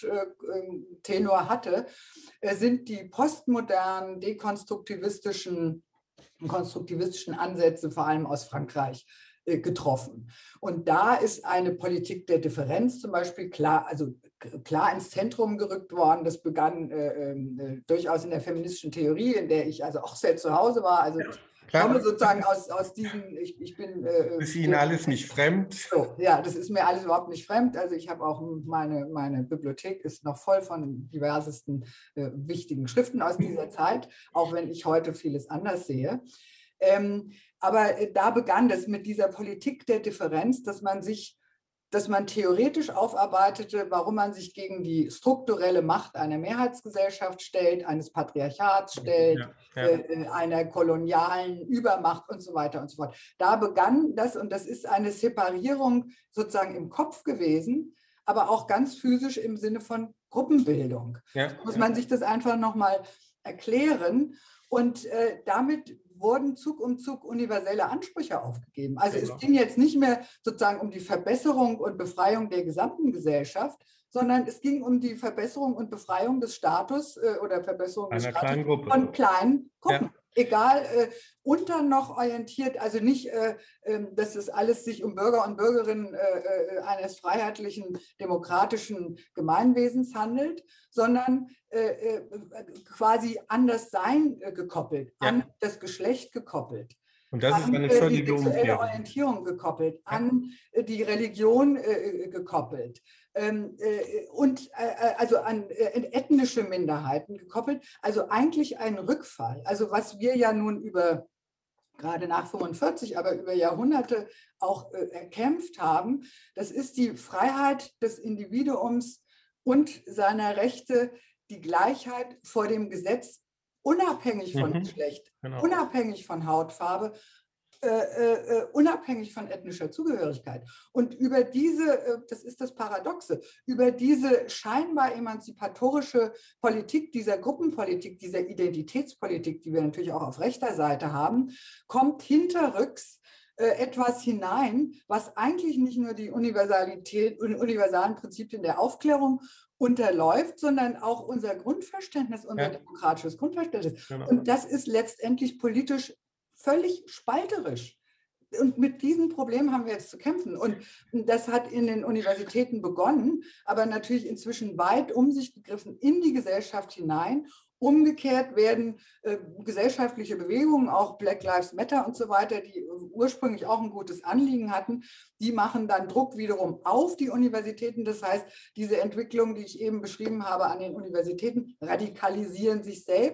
B: Grundtenor hatte, äh, sind die postmodernen, dekonstruktivistischen konstruktivistischen Ansätze, vor allem aus Frankreich, äh, getroffen. Und da ist eine Politik der Differenz zum Beispiel klar, also klar ins Zentrum gerückt worden. Das begann äh, äh, durchaus in der feministischen Theorie, in der ich also auch sehr zu Hause war. Also ich
A: Klar.
B: komme sozusagen aus, aus diesen, ich, ich bin... Äh,
A: ist Ihnen alles nicht fremd?
B: So, ja, das ist mir alles überhaupt nicht fremd. Also ich habe auch meine, meine Bibliothek ist noch voll von diversesten äh, wichtigen Schriften aus dieser Zeit, auch wenn ich heute vieles anders sehe. Ähm, aber äh, da begann das mit dieser Politik der Differenz, dass man sich dass man theoretisch aufarbeitete, warum man sich gegen die strukturelle Macht einer Mehrheitsgesellschaft stellt, eines Patriarchats stellt,
A: ja, ja.
B: Äh, einer kolonialen Übermacht und so weiter und so fort. Da begann das und das ist eine Separierung sozusagen im Kopf gewesen, aber auch ganz physisch im Sinne von Gruppenbildung.
A: Ja,
B: muss
A: ja.
B: man sich das einfach nochmal erklären und äh, damit wurden Zug um Zug universelle Ansprüche aufgegeben. Also
A: Genau.
B: es ging jetzt nicht mehr sozusagen um die Verbesserung und Befreiung der gesamten Gesellschaft, sondern es ging um die Verbesserung und Befreiung des Status äh, oder Verbesserung des
A: Einer
B: Status
A: kleinen Gruppe.
B: von kleinen Gruppen.
A: Ja.
B: Egal, äh, und dann noch orientiert, also nicht, äh, äh, dass es alles sich um Bürger und Bürgerinnen äh, äh, eines freiheitlichen, demokratischen Gemeinwesens handelt, sondern äh, äh, quasi an das Sein äh, gekoppelt,
A: Ja.
B: an das Geschlecht gekoppelt.
A: Und das ist
B: An
A: eine
B: äh, die
A: völlige
B: sexuelle
A: Umkehrung.
B: Orientierung gekoppelt,
A: Ja.
B: an äh, die Religion äh, gekoppelt ähm, äh, und äh, also an äh, ethnische Minderheiten gekoppelt. Also eigentlich ein Rückfall. Also was wir ja nun über, gerade nach fünfundvierzig, aber über Jahrhunderte auch äh, erkämpft haben, das ist die Freiheit des Individuums und seiner Rechte, die Gleichheit vor dem Gesetz, unabhängig von
A: Mhm.
B: Geschlecht,
A: Genau.
B: unabhängig von Hautfarbe, äh, äh, unabhängig von ethnischer Zugehörigkeit. Und über diese, äh, das ist das Paradoxe, über diese scheinbar emanzipatorische Politik, dieser Gruppenpolitik, dieser Identitätspolitik, die wir natürlich auch auf rechter Seite haben, kommt hinterrücks äh, etwas hinein, was eigentlich nicht nur die Universalität, universalen Prinzipien der Aufklärung unterläuft, sondern auch unser Grundverständnis, unser
A: Ja.
B: demokratisches Grundverständnis.
A: Genau.
B: Und das ist letztendlich politisch völlig spalterisch. Und mit diesem Problem haben wir jetzt zu kämpfen. Und das hat in den Universitäten begonnen, aber natürlich inzwischen weit um sich gegriffen in die Gesellschaft hinein. Umgekehrt werden äh, gesellschaftliche Bewegungen, auch Black Lives Matter und so weiter, die ursprünglich auch ein gutes Anliegen hatten, die machen dann Druck wiederum auf die Universitäten. Das heißt, diese Entwicklungen, die ich eben beschrieben habe an den Universitäten, radikalisieren sich selbst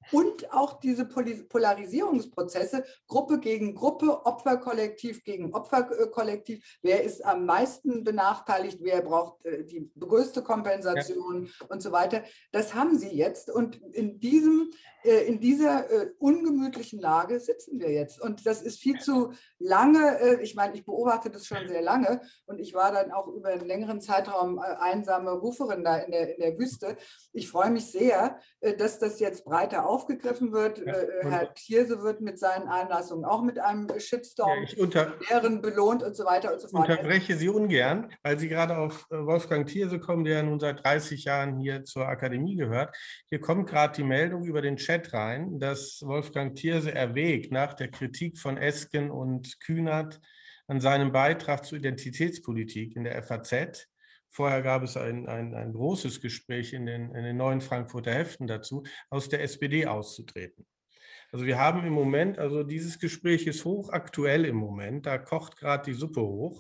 B: und auch diese Polarisierungsprozesse, Gruppe gegen Gruppe, Opferkollektiv gegen Opferkollektiv, wer ist am meisten benachteiligt, wer braucht die größte Kompensation ja. und so weiter. Das haben sie jetzt und in, diesem, in dieser ungemütlichen Lage sitzen wir jetzt und das ist viel zu lange, ich meine, ich beobachte das schon sehr lange und ich war dann auch über einen längeren Zeitraum einsame Ruferin da in der, in der Wüste. Ich freue mich sehr, dass das jetzt breiter aufgegriffen wird. Ja, Herr Thierse wird mit seinen Einlassungen auch mit einem Shitstorm
A: ja, ich unter,
B: Ehren belohnt und so weiter und so fort.
A: Ich unterbreche Sie ungern, weil Sie gerade auf Wolfgang Thierse kommen, der nun seit dreißig Jahren hier zur Akademie gehört. Hier kommt gerade die Meldung über den Chat rein, dass Wolfgang Thierse erwägt, nach der Kritik von Esken und Kühnert an seinem Beitrag zur Identitätspolitik in der F A Z. Vorher gab es ein, ein, ein großes Gespräch in den, in den neuen Frankfurter Heften dazu, aus der S P D auszutreten. Also wir haben im Moment, also dieses Gespräch ist hochaktuell im Moment, da kocht gerade die Suppe hoch.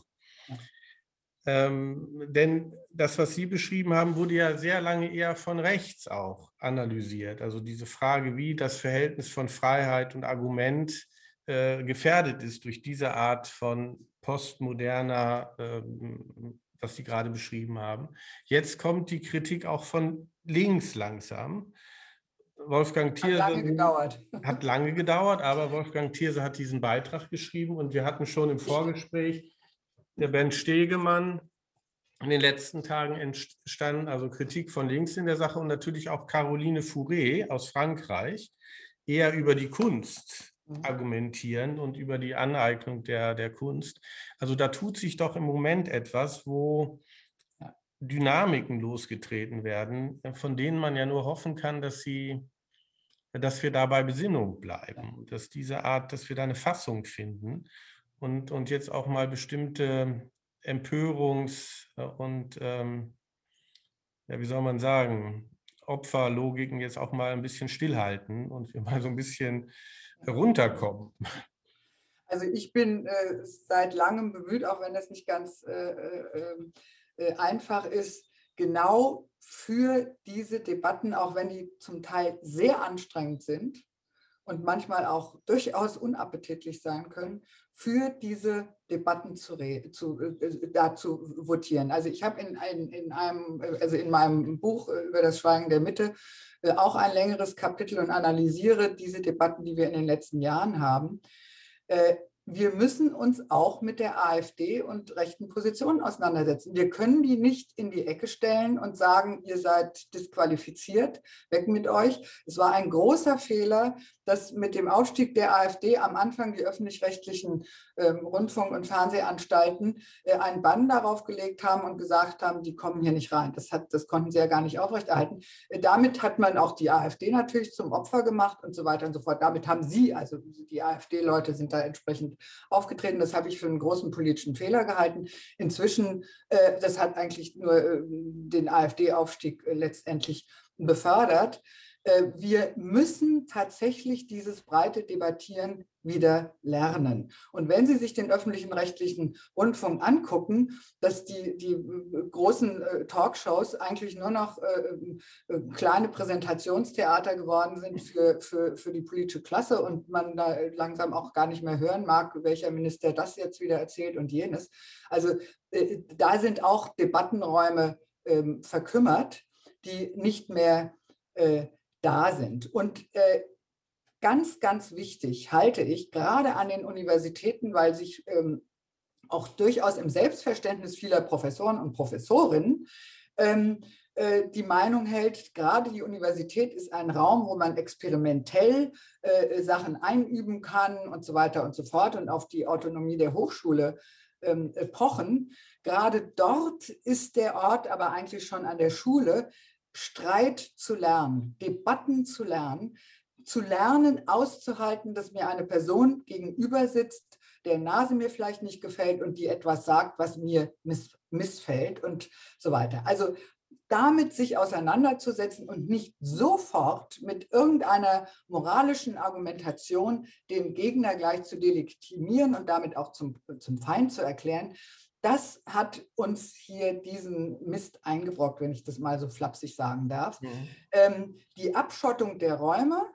A: Ähm, denn das, was Sie beschrieben haben, wurde ja sehr lange eher von rechts auch analysiert. Also diese Frage, wie das Verhältnis von Freiheit und Argument äh, gefährdet ist durch diese Art von postmoderner, ähm, was Sie gerade beschrieben haben. Jetzt kommt die Kritik auch von links langsam. Wolfgang Thierse
B: hat lange gedauert.
A: Hat lange gedauert, aber Wolfgang Thierse hat diesen Beitrag geschrieben und wir hatten schon im Vorgespräch, der Bernd Stegemann in den letzten Tagen entstanden, also Kritik von links in der Sache und natürlich auch Caroline Fourré aus Frankreich, eher über die Kunst argumentieren und über die Aneignung der, der Kunst. Also da tut sich doch im Moment etwas, wo Dynamiken losgetreten werden, von denen man ja nur hoffen kann, dass sie, dass wir da bei Besinnung bleiben, dass diese Art, dass wir da eine Fassung finden und, und jetzt auch mal bestimmte Empörungs- und, ähm, ja, wie soll man sagen, Opferlogiken jetzt auch mal ein bisschen stillhalten und wir mal so ein bisschen runterkommen.
B: Also ich bin äh, seit langem bemüht, auch wenn das nicht ganz äh, äh, einfach ist, genau für diese Debatten, auch wenn die zum Teil sehr anstrengend sind und manchmal auch durchaus unappetitlich sein können, für diese Debatten zu, zu, äh, da zu votieren. Also ich habe in, in, in, einem, also in meinem Buch über das Schweigen der Mitte äh, auch ein längeres Kapitel und analysiere diese Debatten, die wir in den letzten Jahren haben. Äh, wir müssen uns auch mit der AfD und rechten Positionen auseinandersetzen. Wir können die nicht in die Ecke stellen und sagen, ihr seid disqualifiziert, weg mit euch. Es war ein großer Fehler, dass mit dem Aufstieg der AfD am Anfang die öffentlich-rechtlichen äh, Rundfunk- und Fernsehanstalten äh, einen Bann darauf gelegt haben und gesagt haben, die kommen hier nicht rein. Das, hat, das konnten sie ja gar nicht aufrechterhalten. Äh, damit hat man auch die AfD natürlich zum Opfer gemacht und so weiter und so fort. Damit haben sie, also die AfD-Leute sind da entsprechend aufgetreten. Das habe ich für einen großen politischen Fehler gehalten. Inzwischen, äh, das hat eigentlich nur äh, den AfD-Aufstieg äh, letztendlich befördert. Wir müssen tatsächlich dieses breite Debattieren wieder lernen. Und wenn Sie sich den öffentlichen rechtlichen Rundfunk angucken, dass die, die großen Talkshows eigentlich nur noch äh, kleine Präsentationstheater geworden sind für, für, für die politische Klasse und man da langsam auch gar nicht mehr hören mag, welcher Minister das jetzt wieder erzählt und jenes. Also äh, da sind auch Debattenräume äh, verkümmert, die nicht mehr äh, da sind. Und äh, ganz, ganz wichtig halte ich, gerade an den Universitäten, weil sich ähm, auch durchaus im Selbstverständnis vieler Professoren und Professorinnen ähm, äh, die Meinung hält, gerade die Universität ist ein Raum, wo man experimentell äh, Sachen einüben kann und so weiter und so fort und auf die Autonomie der Hochschule ähm, pochen. Gerade dort ist der Ort aber eigentlich schon an der Schule, Streit zu lernen, Debatten zu lernen, zu lernen, auszuhalten, dass mir eine Person gegenüber sitzt, der Nase mir vielleicht nicht gefällt und die etwas sagt, was mir miss missfällt und so weiter. Also damit sich auseinanderzusetzen und nicht sofort mit irgendeiner moralischen Argumentation den Gegner gleich zu delegitimieren und damit auch zum, zum Feind zu erklären, das hat uns hier diesen Mist eingebrockt, wenn ich das mal so flapsig sagen darf. Mhm. Ähm, die Abschottung der Räume,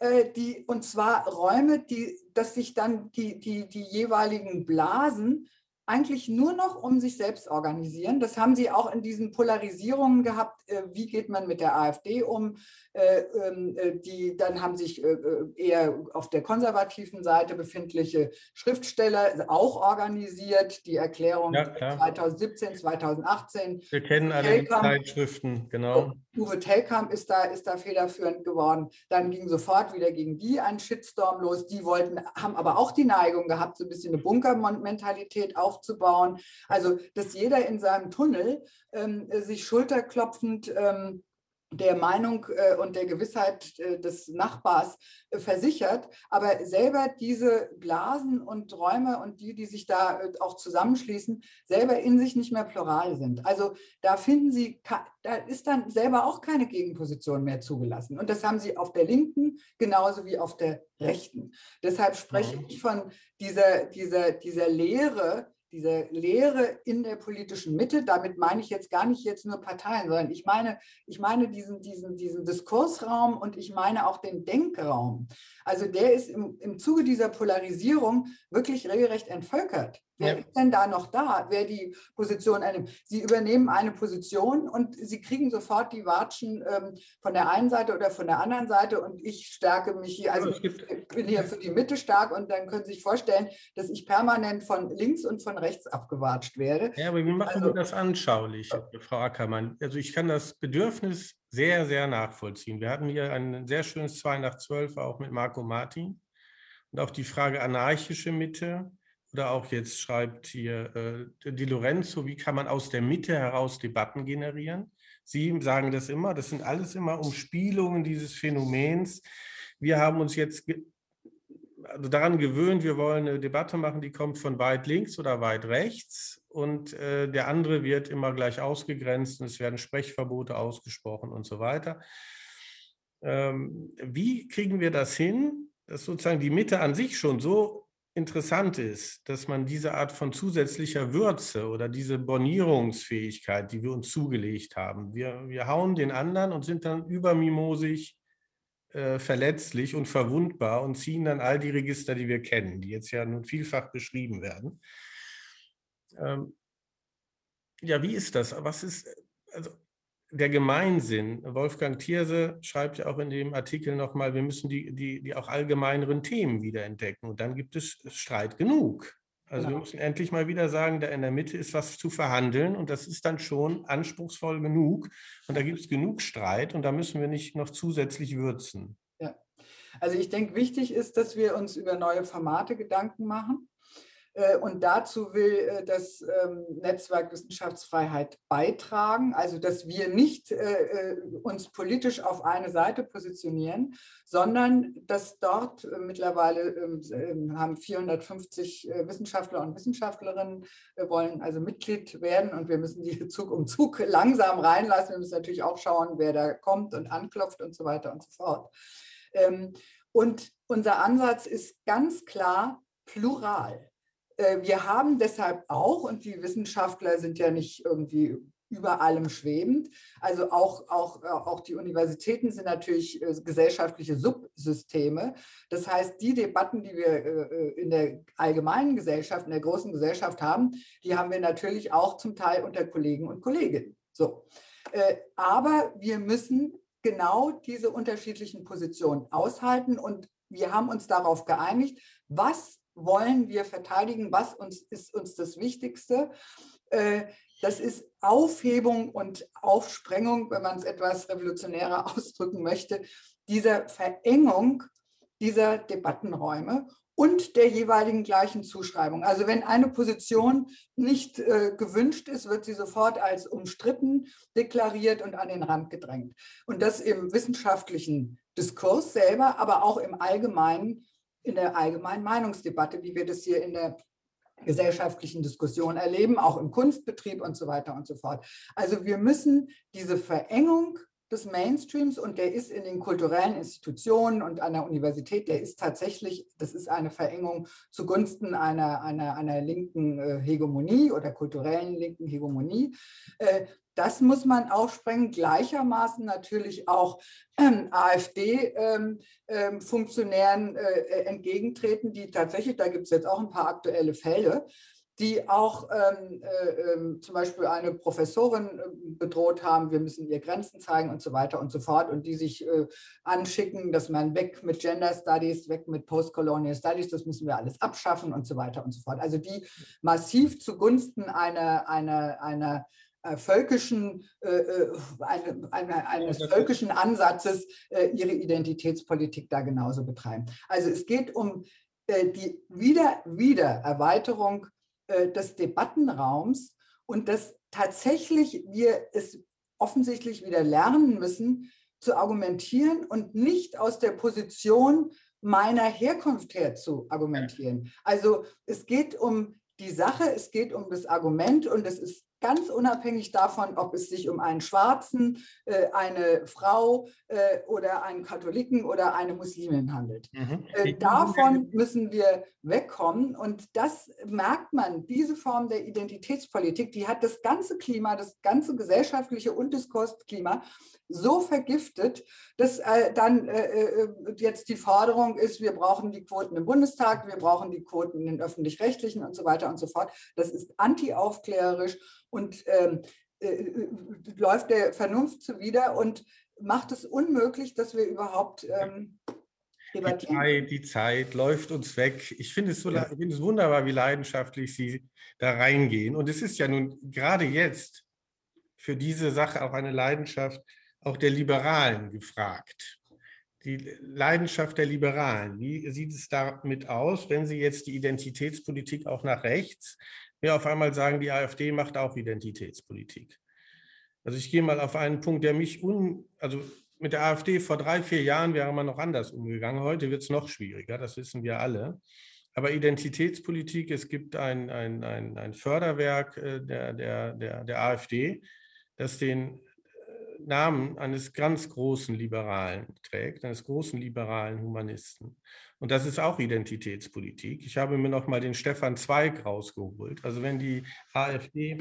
B: äh, die, und zwar Räume, die, dass sich dann die, die, die jeweiligen Blasen eigentlich nur noch um sich selbst organisieren. Das haben sie auch in diesen Polarisierungen gehabt. Äh, wie geht man mit der AfD um? Äh, äh, die, dann haben sich äh, eher auf der konservativen Seite befindliche Schriftsteller auch organisiert. Die Erklärung
A: Ja, klar.
B: zweitausendsiebzehn, zweitausendachtzehn.
A: Wir kennen alle die Zeitschriften, genau.
B: Uwe Tellkamp ist da, ist da federführend geworden. Dann ging sofort wieder gegen die ein Shitstorm los. Die wollten, haben aber auch die Neigung gehabt, so ein bisschen eine Bunkermentalität aufzubauen. Also, dass jeder in seinem Tunnel ähm, sich schulterklopfend ähm, der Meinung äh, und der Gewissheit äh, des Nachbars äh, versichert, aber selber diese Blasen und Räume und die, die sich da äh, auch zusammenschließen, selber in sich nicht mehr plural sind. Also da finden Sie, da ist dann selber auch keine Gegenposition mehr zugelassen. Und das haben Sie auf der Linken genauso wie auf der Rechten. Deshalb spreche ich von dieser, dieser, dieser Lehre, diese Lehre in der politischen Mitte. Damit meine ich jetzt gar nicht jetzt nur Parteien, sondern ich meine, ich meine diesen, diesen, diesen Diskursraum und ich meine auch den Denkraum. Also der ist im, im Zuge dieser Polarisierung wirklich regelrecht entvölkert. Wer ja. ist denn da noch da? Wer die Position einnimmt? Sie übernehmen eine Position und Sie kriegen sofort die Watschen ähm, von der einen Seite oder von der anderen Seite und ich stärke mich hier, also ich bin hier für die Mitte stark und dann können Sie sich vorstellen, dass ich permanent von links und von rechts abgewatscht werde.
A: Ja, aber wie machen also, wir das anschaulich, Frau Ackermann? Also ich kann das Bedürfnis sehr, sehr nachvollziehen. Wir hatten hier ein sehr schönes zwei nach zwölf auch mit Marco Martin und auch die Frage anarchische Mitte. Oder auch jetzt schreibt hier äh, Di Lorenzo, wie kann man aus der Mitte heraus Debatten generieren? Sie sagen das immer, das sind alles immer Umspielungen dieses Phänomens. Wir haben uns jetzt ge also daran gewöhnt, wir wollen eine Debatte machen, die kommt von weit links oder weit rechts und äh, der andere wird immer gleich ausgegrenzt und es werden Sprechverbote ausgesprochen und so weiter. Ähm, wie kriegen wir das hin, dass sozusagen die Mitte an sich schon so interessant ist, dass man diese Art von zusätzlicher Würze oder diese Bornierungsfähigkeit, die wir uns zugelegt haben, wir, wir hauen den anderen und sind dann übermimosig äh, verletzlich und verwundbar und ziehen dann all die Register, die wir kennen, die jetzt ja nun vielfach beschrieben werden. Ähm, ja, wie ist das? Was ist, also der Gemeinsinn, Wolfgang Thierse schreibt ja auch in dem Artikel nochmal, wir müssen die, die, die auch allgemeineren Themen wiederentdecken. Und dann gibt es Streit genug. Also genau. Wir müssen endlich mal wieder sagen, da in der Mitte ist was zu verhandeln und das ist dann schon anspruchsvoll genug. Und da gibt es genug Streit und da müssen wir nicht noch zusätzlich würzen.
B: Ja, also ich denke, wichtig ist, dass wir uns über neue Formate Gedanken machen. Und dazu will das Netzwerk Wissenschaftsfreiheit beitragen, also dass wir nicht uns politisch auf eine Seite positionieren, sondern dass dort mittlerweile haben vierhundertfünfzig Wissenschaftler und Wissenschaftlerinnen wollen also Mitglied werden und wir müssen die Zug um Zug langsam reinlassen. Wir müssen natürlich auch schauen, wer da kommt und anklopft und so weiter und so fort. Und unser Ansatz ist ganz klar plural. Wir haben deshalb auch, und die Wissenschaftler sind ja nicht irgendwie über allem schwebend, also auch, auch, auch die Universitäten sind natürlich gesellschaftliche Subsysteme. Das heißt, die Debatten, die wir in der allgemeinen Gesellschaft, in der großen Gesellschaft haben, die haben wir natürlich auch zum Teil unter Kollegen und Kolleginnen. So. Aber wir müssen genau diese unterschiedlichen Positionen aushalten und wir haben uns darauf geeinigt, was wollen wir verteidigen, was uns, ist uns das Wichtigste. Das ist Aufhebung und Aufsprengung, wenn man es etwas revolutionärer ausdrücken möchte, dieser Verengung dieser Debattenräume und der jeweiligen gleichen Zuschreibung. Also wenn eine Position nicht äh, gewünscht ist, wird sie sofort als umstritten deklariert und an den Rand gedrängt. Und das im wissenschaftlichen Diskurs selber, aber auch im allgemeinen, in der allgemeinen Meinungsdebatte, wie wir das hier in der gesellschaftlichen Diskussion erleben, auch im Kunstbetrieb und so weiter und so fort. Also wir müssen diese Verengung des Mainstreams, und der ist in den kulturellen Institutionen und an der Universität, der ist tatsächlich, das ist eine Verengung zugunsten einer, einer, einer linken Hegemonie oder kulturellen linken Hegemonie. das muss man aufsprengen, gleichermaßen natürlich auch ähm, AfD-Funktionären ähm, äh, entgegentreten, die tatsächlich, da gibt es jetzt auch ein paar aktuelle Fälle, die auch ähm, äh, zum Beispiel eine Professorin äh, bedroht haben, wir müssen ihr Grenzen zeigen und so weiter und so fort, und die sich äh, anschicken, dass man weg mit Gender Studies, weg mit Postcolonial Studies, das müssen wir alles abschaffen und so weiter und so fort. Also die massiv zugunsten einer, einer, einer äh, völkischen, äh, eine, eine, eines völkischen Ansatzes äh, ihre Identitätspolitik da genauso betreiben. Also es geht um äh, die wieder, wieder Erweiterung des Debattenraums und dass tatsächlich wir es offensichtlich wieder lernen müssen, zu argumentieren und nicht aus der Position meiner Herkunft her zu argumentieren. Also es geht um die Sache, es geht um das Argument, und es ist ganz unabhängig davon, ob es sich um einen Schwarzen, äh, eine Frau äh, oder einen Katholiken oder eine Muslimin handelt.
A: Mhm.
B: Äh, davon müssen wir wegkommen, und das merkt man, diese Form der Identitätspolitik, die hat das ganze Klima, das ganze gesellschaftliche und Diskursklima so vergiftet, dass äh, dann äh, jetzt die Forderung ist, wir brauchen die Quoten im Bundestag, wir brauchen die Quoten in den Öffentlich-Rechtlichen und so weiter und so fort. Das ist anti-aufklärerisch und ähm, äh, läuft der Vernunft zuwider und macht es unmöglich, dass wir überhaupt ähm, debattieren.
A: Die Zeit, die Zeit läuft uns weg. Ich finde es, so, ich finde es wunderbar, wie leidenschaftlich Sie da reingehen. Und es ist ja nun gerade jetzt für diese Sache auch eine Leidenschaft auch der Liberalen gefragt. Die Leidenschaft der Liberalen, wie sieht es damit aus, wenn Sie jetzt die Identitätspolitik auch nach rechts, wir auf einmal sagen, die AfD macht auch Identitätspolitik? Also ich gehe mal auf einen Punkt, der mich, un, also mit der AfD vor drei, vier Jahren wäre man noch anders umgegangen. Heute wird es noch schwieriger, das wissen wir alle. Aber Identitätspolitik, es gibt ein, ein, ein, ein Förderwerk der, der, der, der AfD, das den Namen eines ganz großen Liberalen trägt, eines großen liberalen Humanisten. Und das ist auch Identitätspolitik. Ich habe mir noch mal den Stefan Zweig rausgeholt. Also wenn die AfD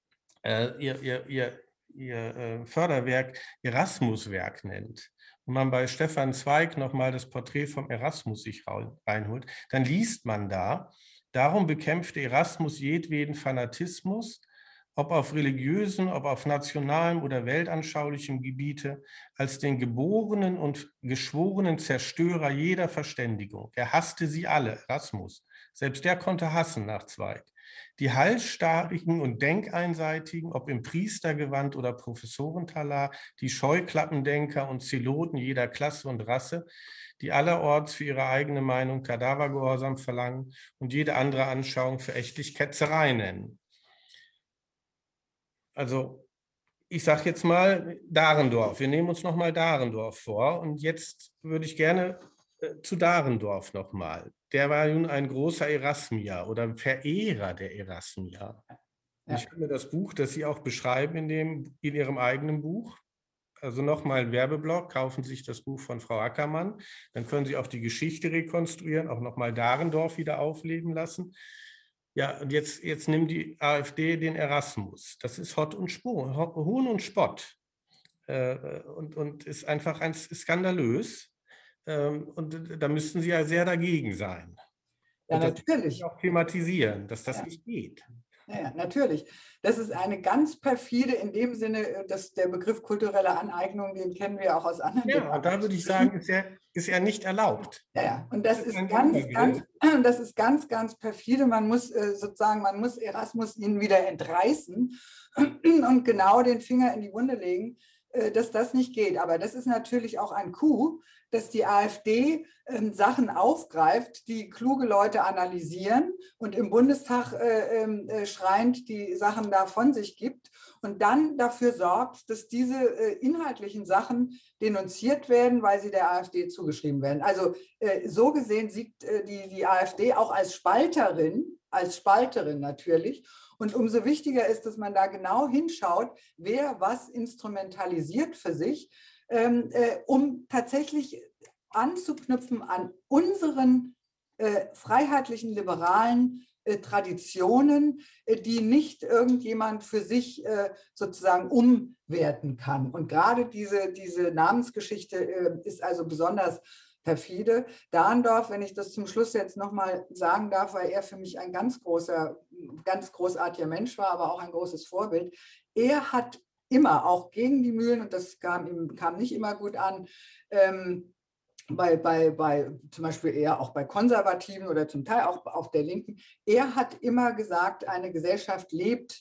A: äh, ihr, ihr, ihr, ihr äh, Förderwerk Erasmus-Werk nennt und man bei Stefan Zweig noch mal das Porträt vom Erasmus sich reinholt, dann liest man da, darum bekämpfte Erasmus jedweden Fanatismus, ob auf religiösen, ob auf nationalem oder weltanschaulichem Gebiete, als den geborenen und geschworenen Zerstörer jeder Verständigung. Er hasste sie alle, Erasmus. Selbst der konnte hassen nach Zweig. Die halsstarrigen und denkeinseitigen, ob im Priestergewand oder Professorentalar, die Scheuklappendenker und Zeloten jeder Klasse und Rasse, die allerorts für ihre eigene Meinung Kadavergehorsam verlangen und jede andere Anschauung verächtlich Ketzerei nennen. Also ich sage jetzt mal Dahrendorf. Wir nehmen uns noch mal Dahrendorf vor. Und jetzt würde ich gerne äh, zu Dahrendorf noch mal. Der war nun ein großer Erasmier oder Verehrer der Erasmier. Ja. Ich finde das Buch, das Sie auch beschreiben in, dem, in Ihrem eigenen Buch, also nochmal ein Werbeblock, kaufen Sie sich das Buch von Frau Ackermann. Dann können Sie auch die Geschichte rekonstruieren, auch nochmal Dahrendorf wieder aufleben lassen. Ja, und jetzt, jetzt nimmt die AfD den Erasmus. Das ist Hott und Spur, Hohn und Spott. Äh, und, und ist einfach ein, ist skandalös. Ähm, und da müssten Sie ja sehr dagegen sein.
B: Ja,
A: und das
B: natürlich.
A: Auch thematisieren, dass das
B: ja.
A: nicht geht.
B: Ja, natürlich. Das ist eine ganz perfide, in dem Sinne, dass der Begriff kulturelle Aneignung, den kennen wir auch aus anderen
A: Ja, und da würde ich sagen, ist er, ist er nicht erlaubt.
B: Ja, ja. Und das, das ist, ist ganz, ganz, das ist ganz, ganz perfide. Man muss äh, sozusagen, man muss Erasmus ihnen wieder entreißen und genau den Finger in die Wunde legen, äh, dass das nicht geht. Aber das ist natürlich auch ein Coup, dass die AfD äh, Sachen aufgreift, die kluge Leute analysieren und im Bundestag äh, äh, schreiend die Sachen da von sich gibt und dann dafür sorgt, dass diese äh, inhaltlichen Sachen denunziert werden, weil sie der AfD zugeschrieben werden. Also äh, so gesehen sieht äh, die, die AfD auch als Spalterin, als Spalterin natürlich. Und umso wichtiger ist, dass man da genau hinschaut, wer was instrumentalisiert für sich, ähm, äh, um tatsächlich anzuknüpfen an unseren äh, freiheitlichen, liberalen äh, Traditionen, äh, die nicht irgendjemand für sich äh, sozusagen umwerten kann. Und gerade diese, diese Namensgeschichte äh, ist also besonders perfide. Dahndorf, wenn ich das zum Schluss jetzt nochmal sagen darf, weil er für mich ein ganz großer, ganz großartiger Mensch war, aber auch ein großes Vorbild. Er hat immer, auch gegen die Mühlen, und das kam ihm kam nicht immer gut an, ähm, bei, bei, bei zum Beispiel eher auch bei Konservativen oder zum Teil auch auf der Linken, er hat immer gesagt, eine Gesellschaft lebt,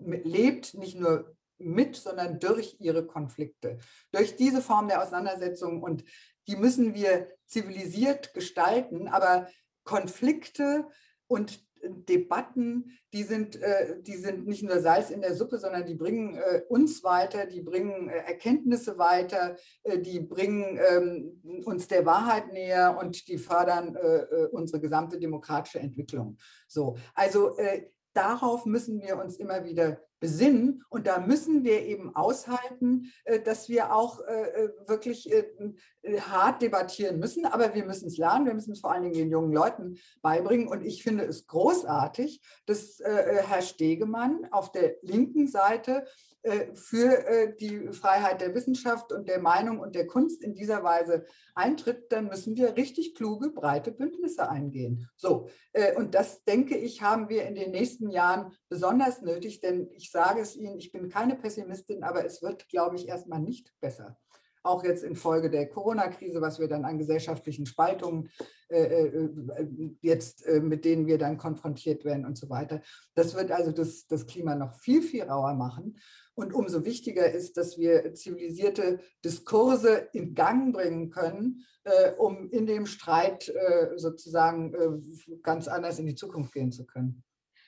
B: lebt nicht nur mit, sondern durch ihre Konflikte, durch diese Form der Auseinandersetzung, und die müssen wir zivilisiert gestalten, aber Konflikte und Debatten, die sind, äh, die sind nicht nur Salz in der Suppe, sondern die bringen äh, uns weiter, die bringen äh, Erkenntnisse weiter, äh, die bringen ähm, uns der Wahrheit näher und die fördern äh, unsere gesamte demokratische Entwicklung. So, also äh, darauf müssen wir uns immer wieder besinnen, und da müssen wir eben aushalten, äh, dass wir auch äh, wirklich äh, hart debattieren müssen, aber wir müssen es lernen, wir müssen es vor allen Dingen den jungen Leuten beibringen, und ich finde es großartig, dass äh, Herr Stegemann auf der linken Seite äh, für äh, die Freiheit der Wissenschaft und der Meinung und der Kunst in dieser Weise eintritt. Dann müssen wir richtig kluge, breite Bündnisse eingehen. So, äh, und das, denke ich, haben wir in den nächsten Jahren besonders nötig, denn ich sage es Ihnen, ich bin keine Pessimistin, aber es wird, glaube ich, erstmal nicht besser. Auch jetzt infolge der Corona-Krise, was wir dann an gesellschaftlichen Spaltungen äh, jetzt, äh, mit denen wir dann konfrontiert werden und so weiter. Das wird also das, das Klima noch viel, viel rauer machen. Und umso wichtiger ist, dass wir zivilisierte Diskurse in Gang bringen können, äh, um in dem Streit äh, sozusagen äh, ganz anders in die Zukunft gehen zu können.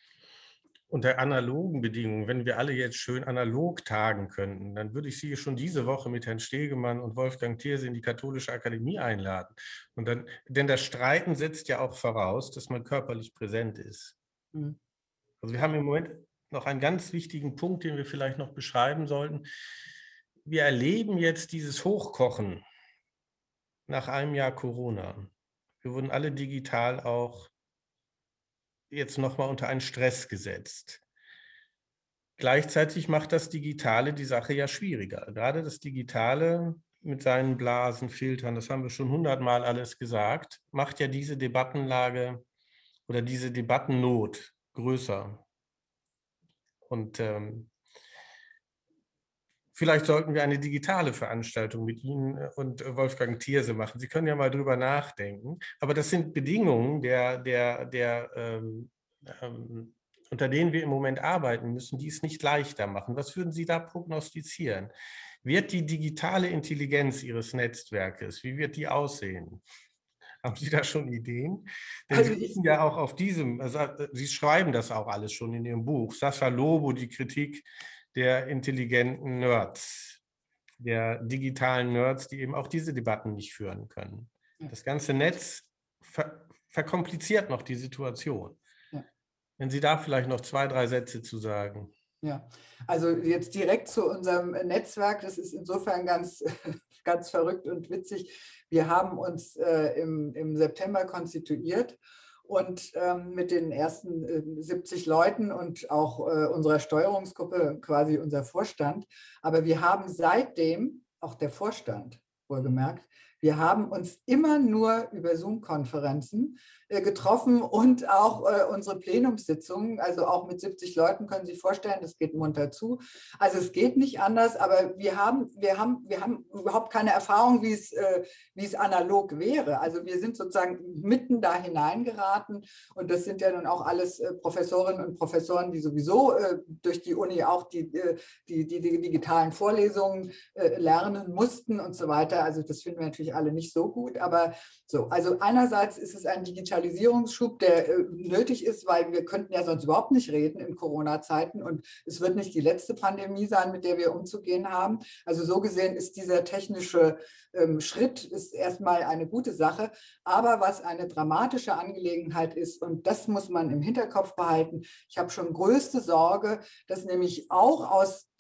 A: Unter analogen Bedingungen, wenn wir alle jetzt schön analog tagen könnten, dann würde ich Sie schon diese Woche mit Herrn Stegemann und Wolfgang Thierse in die Katholische Akademie einladen. Und dann, denn das Streiten setzt ja auch voraus, dass man körperlich präsent ist. Mhm. Also wir haben im Moment noch einen ganz wichtigen Punkt, den wir vielleicht noch beschreiben sollten. Wir erleben jetzt dieses Hochkochen nach einem Jahr Corona. Wir wurden alle digital auch jetzt nochmal unter einen Stress gesetzt. Gleichzeitig macht das Digitale die Sache ja schwieriger. Gerade das Digitale mit seinen Blasen, Filtern, das haben wir schon hundertmal alles gesagt, macht ja diese Debattenlage oder diese Debattennot größer. Und ähm, vielleicht sollten wir eine digitale Veranstaltung mit Ihnen und Wolfgang Thierse machen. Sie können ja mal drüber nachdenken. Aber das sind Bedingungen, der, der, der, ähm, ähm, unter denen wir im Moment arbeiten müssen, die es nicht leichter machen. Was würden Sie da prognostizieren? Wird die digitale Intelligenz Ihres Netzwerkes, wie wird die aussehen? Haben Sie da schon Ideen? Denn
B: Also
A: Sie wissen ja auch auf diesem, also Sie schreiben das auch alles schon in Ihrem Buch, Sascha Lobo, die Kritik der intelligenten Nerds, der digitalen Nerds, die eben auch diese Debatten nicht führen können. Das ganze Netz ver verkompliziert noch die Situation. Ja. Wenn Sie da vielleicht noch zwei, drei Sätze zu sagen.
B: Ja, also jetzt direkt zu unserem Netzwerk, das ist insofern ganz, ganz verrückt und witzig. Wir haben uns äh, im, im September konstituiert und ähm, mit den ersten äh, siebzig Leuten und auch äh, unserer Steuerungsgruppe, quasi unser Vorstand. Aber wir haben seitdem, auch der Vorstand wohlgemerkt, wir haben uns immer nur über Zoom-Konferenzen äh, getroffen und auch äh, unsere Plenumssitzungen, also auch mit siebzig Leuten, können Sie sich vorstellen, das geht munter zu. Also es geht nicht anders, aber wir haben, wir haben, wir haben überhaupt keine Erfahrung, wie es, äh, wie es analog wäre. Also wir sind sozusagen mitten da hineingeraten, und das sind ja nun auch alles äh, Professorinnen und Professoren, die sowieso äh, durch die Uni auch die, äh, die, die, die digitalen Vorlesungen äh, lernen mussten und so weiter. Also das finden wir natürlich alle nicht so gut, aber so, also einerseits ist es ein Digitalisierungsschub, der äh, nötig ist, weil wir könnten ja sonst überhaupt nicht reden in Corona-Zeiten, und es wird nicht die letzte Pandemie sein, mit der wir umzugehen haben. Also so gesehen ist dieser technische ähm, Schritt ist erstmal eine gute Sache, aber was eine dramatische Angelegenheit ist, und das muss man im Hinterkopf behalten, ich habe schon größte Sorge, dass nämlich auch aus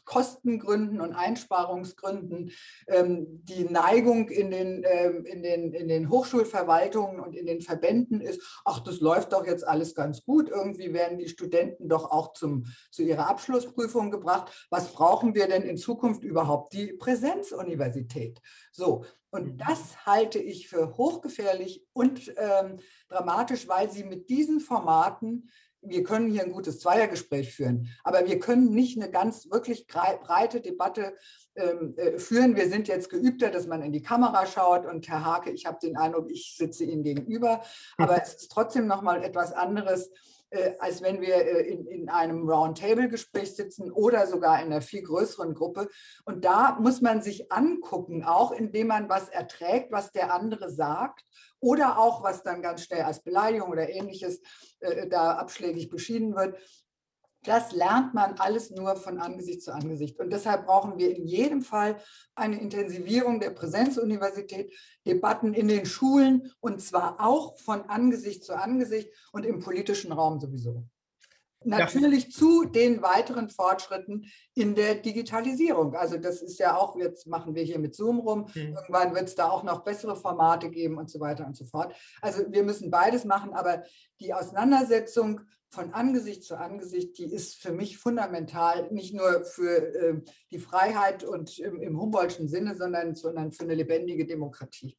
B: Kostengründen und Einsparungsgründen ähm, die Neigung in den, ähm, in, den, in den Hochschulverwaltungen und in den Verbänden ist, ach, das läuft doch jetzt alles ganz gut, irgendwie werden die Studenten doch auch zum, zu ihrer Abschlussprüfung gebracht. Was brauchen wir denn in Zukunft überhaupt? Die Präsenzuniversität. So, und das halte ich für hochgefährlich und ähm, dramatisch, weil sie mit diesen Formaten, wir können hier ein gutes Zweiergespräch führen, aber wir können nicht eine ganz wirklich breite Debatte ähm, äh, führen. Wir sind jetzt geübter, dass man in die Kamera schaut und Herr Hake, ich habe den Eindruck, ich sitze Ihnen gegenüber, aber es ist trotzdem noch mal etwas anderes, äh, als wenn wir äh, in, in einem Roundtable-Gespräch sitzen oder sogar in einer viel größeren Gruppe. Und da muss man sich angucken, auch indem man was erträgt, was der andere sagt, oder auch, was dann ganz schnell als Beleidigung oder Ähnliches äh, da abschlägig beschieden wird. Das lernt man alles nur von Angesicht zu Angesicht. Und deshalb brauchen wir in jedem Fall eine Intensivierung der Präsenzuniversität, Debatten in den Schulen und zwar auch von Angesicht zu Angesicht und im politischen Raum sowieso. Natürlich zu den weiteren Fortschritten in der Digitalisierung. Also das ist ja auch, jetzt machen wir hier mit Zoom rum, mhm. Irgendwann wird es da auch noch bessere Formate geben und so weiter und so fort. Also wir müssen beides machen, aber die Auseinandersetzung von Angesicht zu Angesicht, die ist für mich fundamental, nicht nur für äh, die Freiheit und im, im Humboldtschen Sinne, sondern, sondern für eine lebendige Demokratie.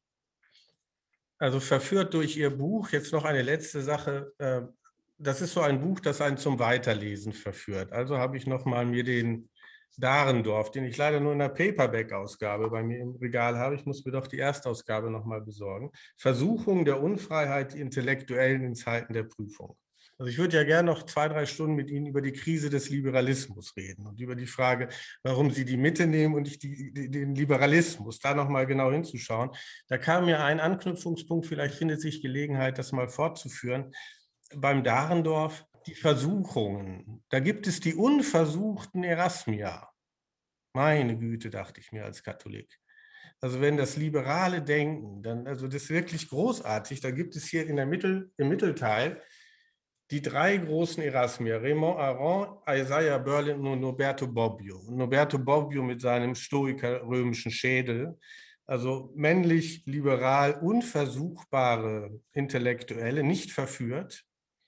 A: Also verführt durch Ihr Buch, jetzt noch eine letzte Sache, äh das ist so ein Buch, das einen zum Weiterlesen verführt. Also habe ich nochmal mir den Dahrendorf, den ich leider nur in der Paperback-Ausgabe bei mir im Regal habe, ich muss mir doch die Erstausgabe nochmal besorgen, Versuchung der Unfreiheit, die Intellektuellen in Zeiten der Prüfung. Also ich würde ja gerne noch zwei, drei Stunden mit Ihnen über die Krise des Liberalismus reden und über die Frage, warum Sie die Mitte nehmen und nicht die, die, den Liberalismus, da nochmal genau hinzuschauen. Da kam mir ein Anknüpfungspunkt, vielleicht findet sich Gelegenheit, das mal fortzuführen. Beim Dahrendorf die Versuchungen. Da gibt es die unversuchten Erasmia. Meine Güte, dachte ich mir als Katholik. Also wenn das liberale Denken, dann, also das ist wirklich großartig. Da gibt es hier in der Mittel, im Mittelteil die drei großen Erasmier, Raymond Aron, Isaiah Berlin und Norberto Bobbio. Und Norberto Bobbio mit seinem stoiker-römischen Schädel. Also männlich, liberal, unversuchbare Intellektuelle, nicht verführt.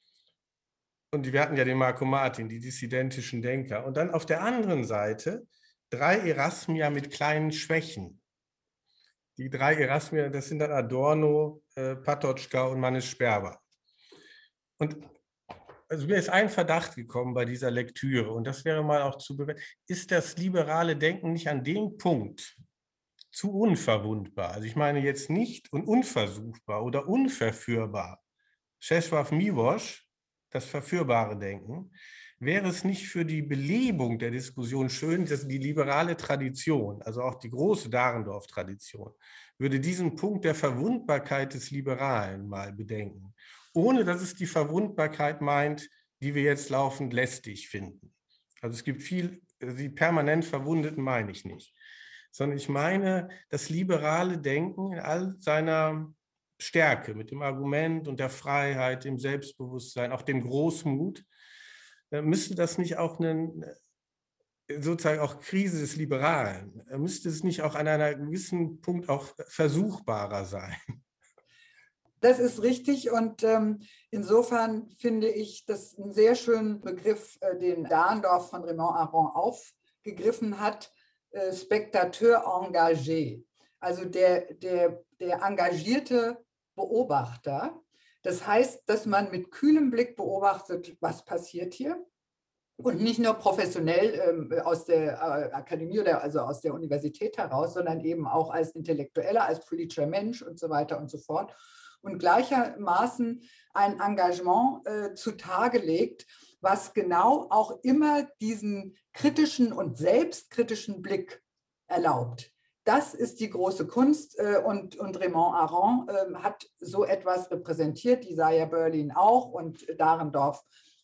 A: Und wir hatten ja den Marco Martin, die dissidentischen Denker. Und dann auf der anderen Seite drei Erasmier mit kleinen Schwächen. Die drei Erasmier, das sind dann Adorno, äh, Patočka und Mannes Sperber. Und also mir ist ein Verdacht gekommen bei dieser Lektüre, und das wäre mal auch zu bewerten, ist das liberale Denken nicht an dem Punkt zu unverwundbar? Also ich meine jetzt nicht und unversuchbar oder unverführbar. Czesław Miłosz, das verführbare Denken, wäre es nicht für die Belebung der Diskussion schön, dass die liberale Tradition, also auch die große Dahrendorf-Tradition, würde diesen Punkt der Verwundbarkeit des Liberalen mal bedenken, ohne dass es die Verwundbarkeit meint, die wir jetzt laufend lästig finden. Also es gibt viel, die permanent Verwundeten meine ich nicht, sondern ich meine das liberale Denken in all seiner Stärke, mit dem Argument und der Freiheit, dem Selbstbewusstsein, auch dem Großmut, müsste das nicht auch eine, sozusagen auch Krise des Liberalen, müsste es nicht auch an einem gewissen Punkt auch versuchbarer sein?
B: Das ist richtig, und ähm, insofern finde ich das einen sehr schönen Begriff, äh, den Dahrendorf von Raymond Aron aufgegriffen hat, äh, Spectateur engagé, also der, der, der engagierte Beobachter. Das heißt, dass man mit kühlem Blick beobachtet, was passiert hier, und nicht nur professionell ähm, aus der äh, Akademie oder also aus der Universität heraus, sondern eben auch als Intellektueller, als politischer Mensch und so weiter und so fort. Und gleichermaßen ein Engagement äh, zutage legt, was genau auch immer diesen kritischen und selbstkritischen Blick erlaubt. Das ist die große Kunst, äh, und, und Raymond Aron äh, hat so etwas repräsentiert, Isaiah Berlin auch und Dahrendorf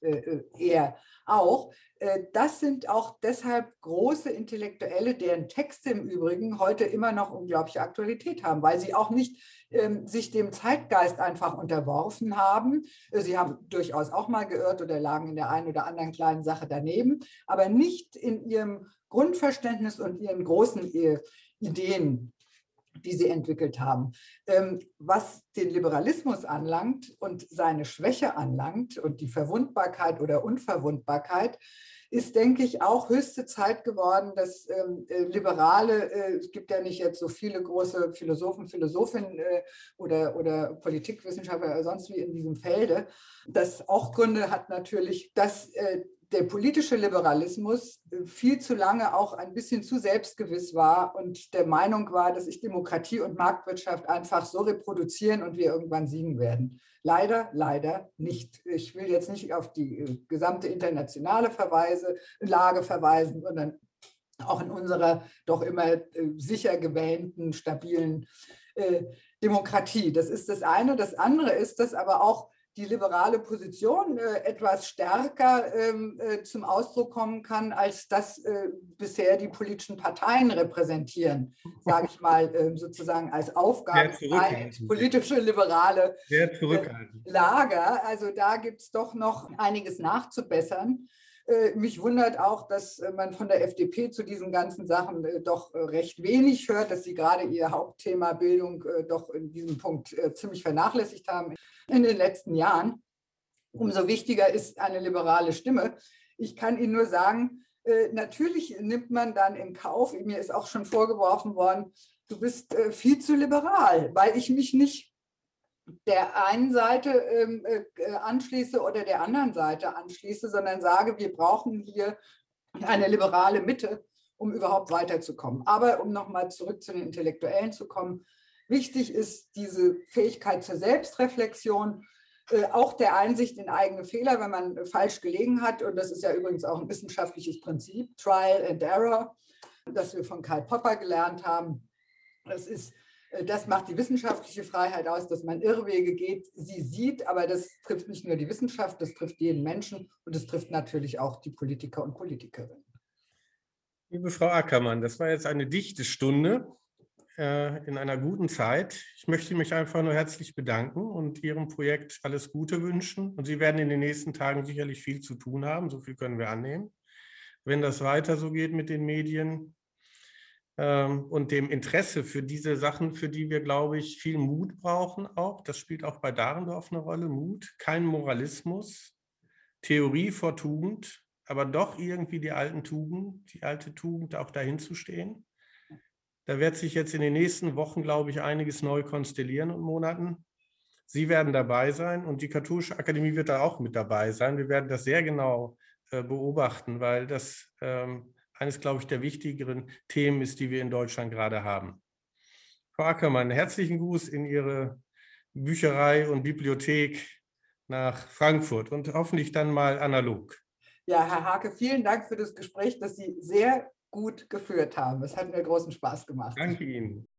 B: äh, eher auch. Äh, das sind auch deshalb große Intellektuelle, deren Texte im Übrigen heute immer noch unglaubliche Aktualität haben, weil sie auch nicht ähm, sich dem Zeitgeist einfach unterworfen haben. Sie haben durchaus auch mal geirrt oder lagen in der einen oder anderen kleinen Sache daneben, aber nicht in ihrem Grundverständnis und ihren großen äh, Ideen, die sie entwickelt haben. Ähm, was den Liberalismus anlangt und seine Schwäche anlangt und die Verwundbarkeit oder Unverwundbarkeit, ist, denke ich, auch höchste Zeit geworden, dass ähm, äh, Liberale, äh, es gibt ja nicht jetzt so viele große Philosophen, Philosophinnen äh, oder, oder Politikwissenschaftler oder sonst wie in diesem Felde, das auch Gründe hat natürlich, dass äh, der politische Liberalismus viel zu lange auch ein bisschen zu selbstgewiss war und der Meinung war, dass sich Demokratie und Marktwirtschaft einfach so reproduzieren und wir irgendwann siegen werden. Leider, leider nicht. Ich will jetzt nicht auf die gesamte internationale Verweise, Lage verweisen, sondern auch in unserer doch immer sicher gewähnten, stabilen äh, Demokratie. Das ist das eine. Das andere ist, dass aber auch die liberale Position äh, etwas stärker ähm, äh, zum Ausdruck kommen kann, als das äh, bisher die politischen Parteien repräsentieren, sage ich mal, äh, sozusagen als Aufgabe als politische liberale äh, Lager. Also da gibt es doch noch einiges nachzubessern. Äh, mich wundert auch, dass äh, man von der F D P zu diesen ganzen Sachen äh, doch äh, recht wenig hört, dass sie gerade ihr Hauptthema Bildung äh, doch in diesem Punkt äh, ziemlich vernachlässigt haben in den letzten Jahren. Umso wichtiger ist eine liberale Stimme. Ich kann Ihnen nur sagen, äh, natürlich nimmt man dann in Kauf, mir ist auch schon vorgeworfen worden, du bist äh, viel zu liberal, weil ich mich nicht der einen Seite ähm, äh, anschließe oder der anderen Seite anschließe, sondern sage, wir brauchen hier eine liberale Mitte, um überhaupt weiterzukommen. Aber um nochmal zurück zu den Intellektuellen zu kommen, wichtig ist diese Fähigkeit zur Selbstreflexion, äh, auch der Einsicht in eigene Fehler, wenn man äh, falsch gelegen hat. Und das ist ja übrigens auch ein wissenschaftliches Prinzip, Trial and Error, das wir von Karl Popper gelernt haben. Das ist Das macht die wissenschaftliche Freiheit aus, dass man Irrwege geht, sie sieht, aber das trifft nicht nur die Wissenschaft, das trifft jeden Menschen und es trifft natürlich auch die Politiker und Politikerinnen.
A: Liebe Frau Ackermann, das war jetzt eine dichte Stunde äh, in einer guten Zeit. Ich möchte mich einfach nur herzlich bedanken und Ihrem Projekt alles Gute wünschen. Und Sie werden in den nächsten Tagen sicherlich viel zu tun haben, so viel können wir annehmen. Wenn das weiter so geht mit den Medien, und dem Interesse für diese Sachen, für die wir, glaube ich, viel Mut brauchen auch. Das spielt auch bei Dahrendorf eine Rolle, Mut, kein Moralismus, Theorie vor Tugend, aber doch irgendwie die alten Tugend, die alte Tugend auch dahin zu stehen. Da wird sich jetzt in den nächsten Wochen, glaube ich, einiges neu konstellieren und Monaten. Sie werden dabei sein und die Katholische Akademie wird da auch mit dabei sein. Wir werden das sehr genau äh, beobachten, weil das ähm, eines, glaube ich, der wichtigeren Themen ist, die wir in Deutschland gerade haben. Frau Ackermann, herzlichen Gruß in Ihre Bücherei und Bibliothek nach Frankfurt und hoffentlich dann mal analog.
B: Ja, Herr Hake, vielen Dank für das Gespräch, das Sie sehr gut geführt haben. Es hat mir großen Spaß gemacht.
A: Danke Ihnen.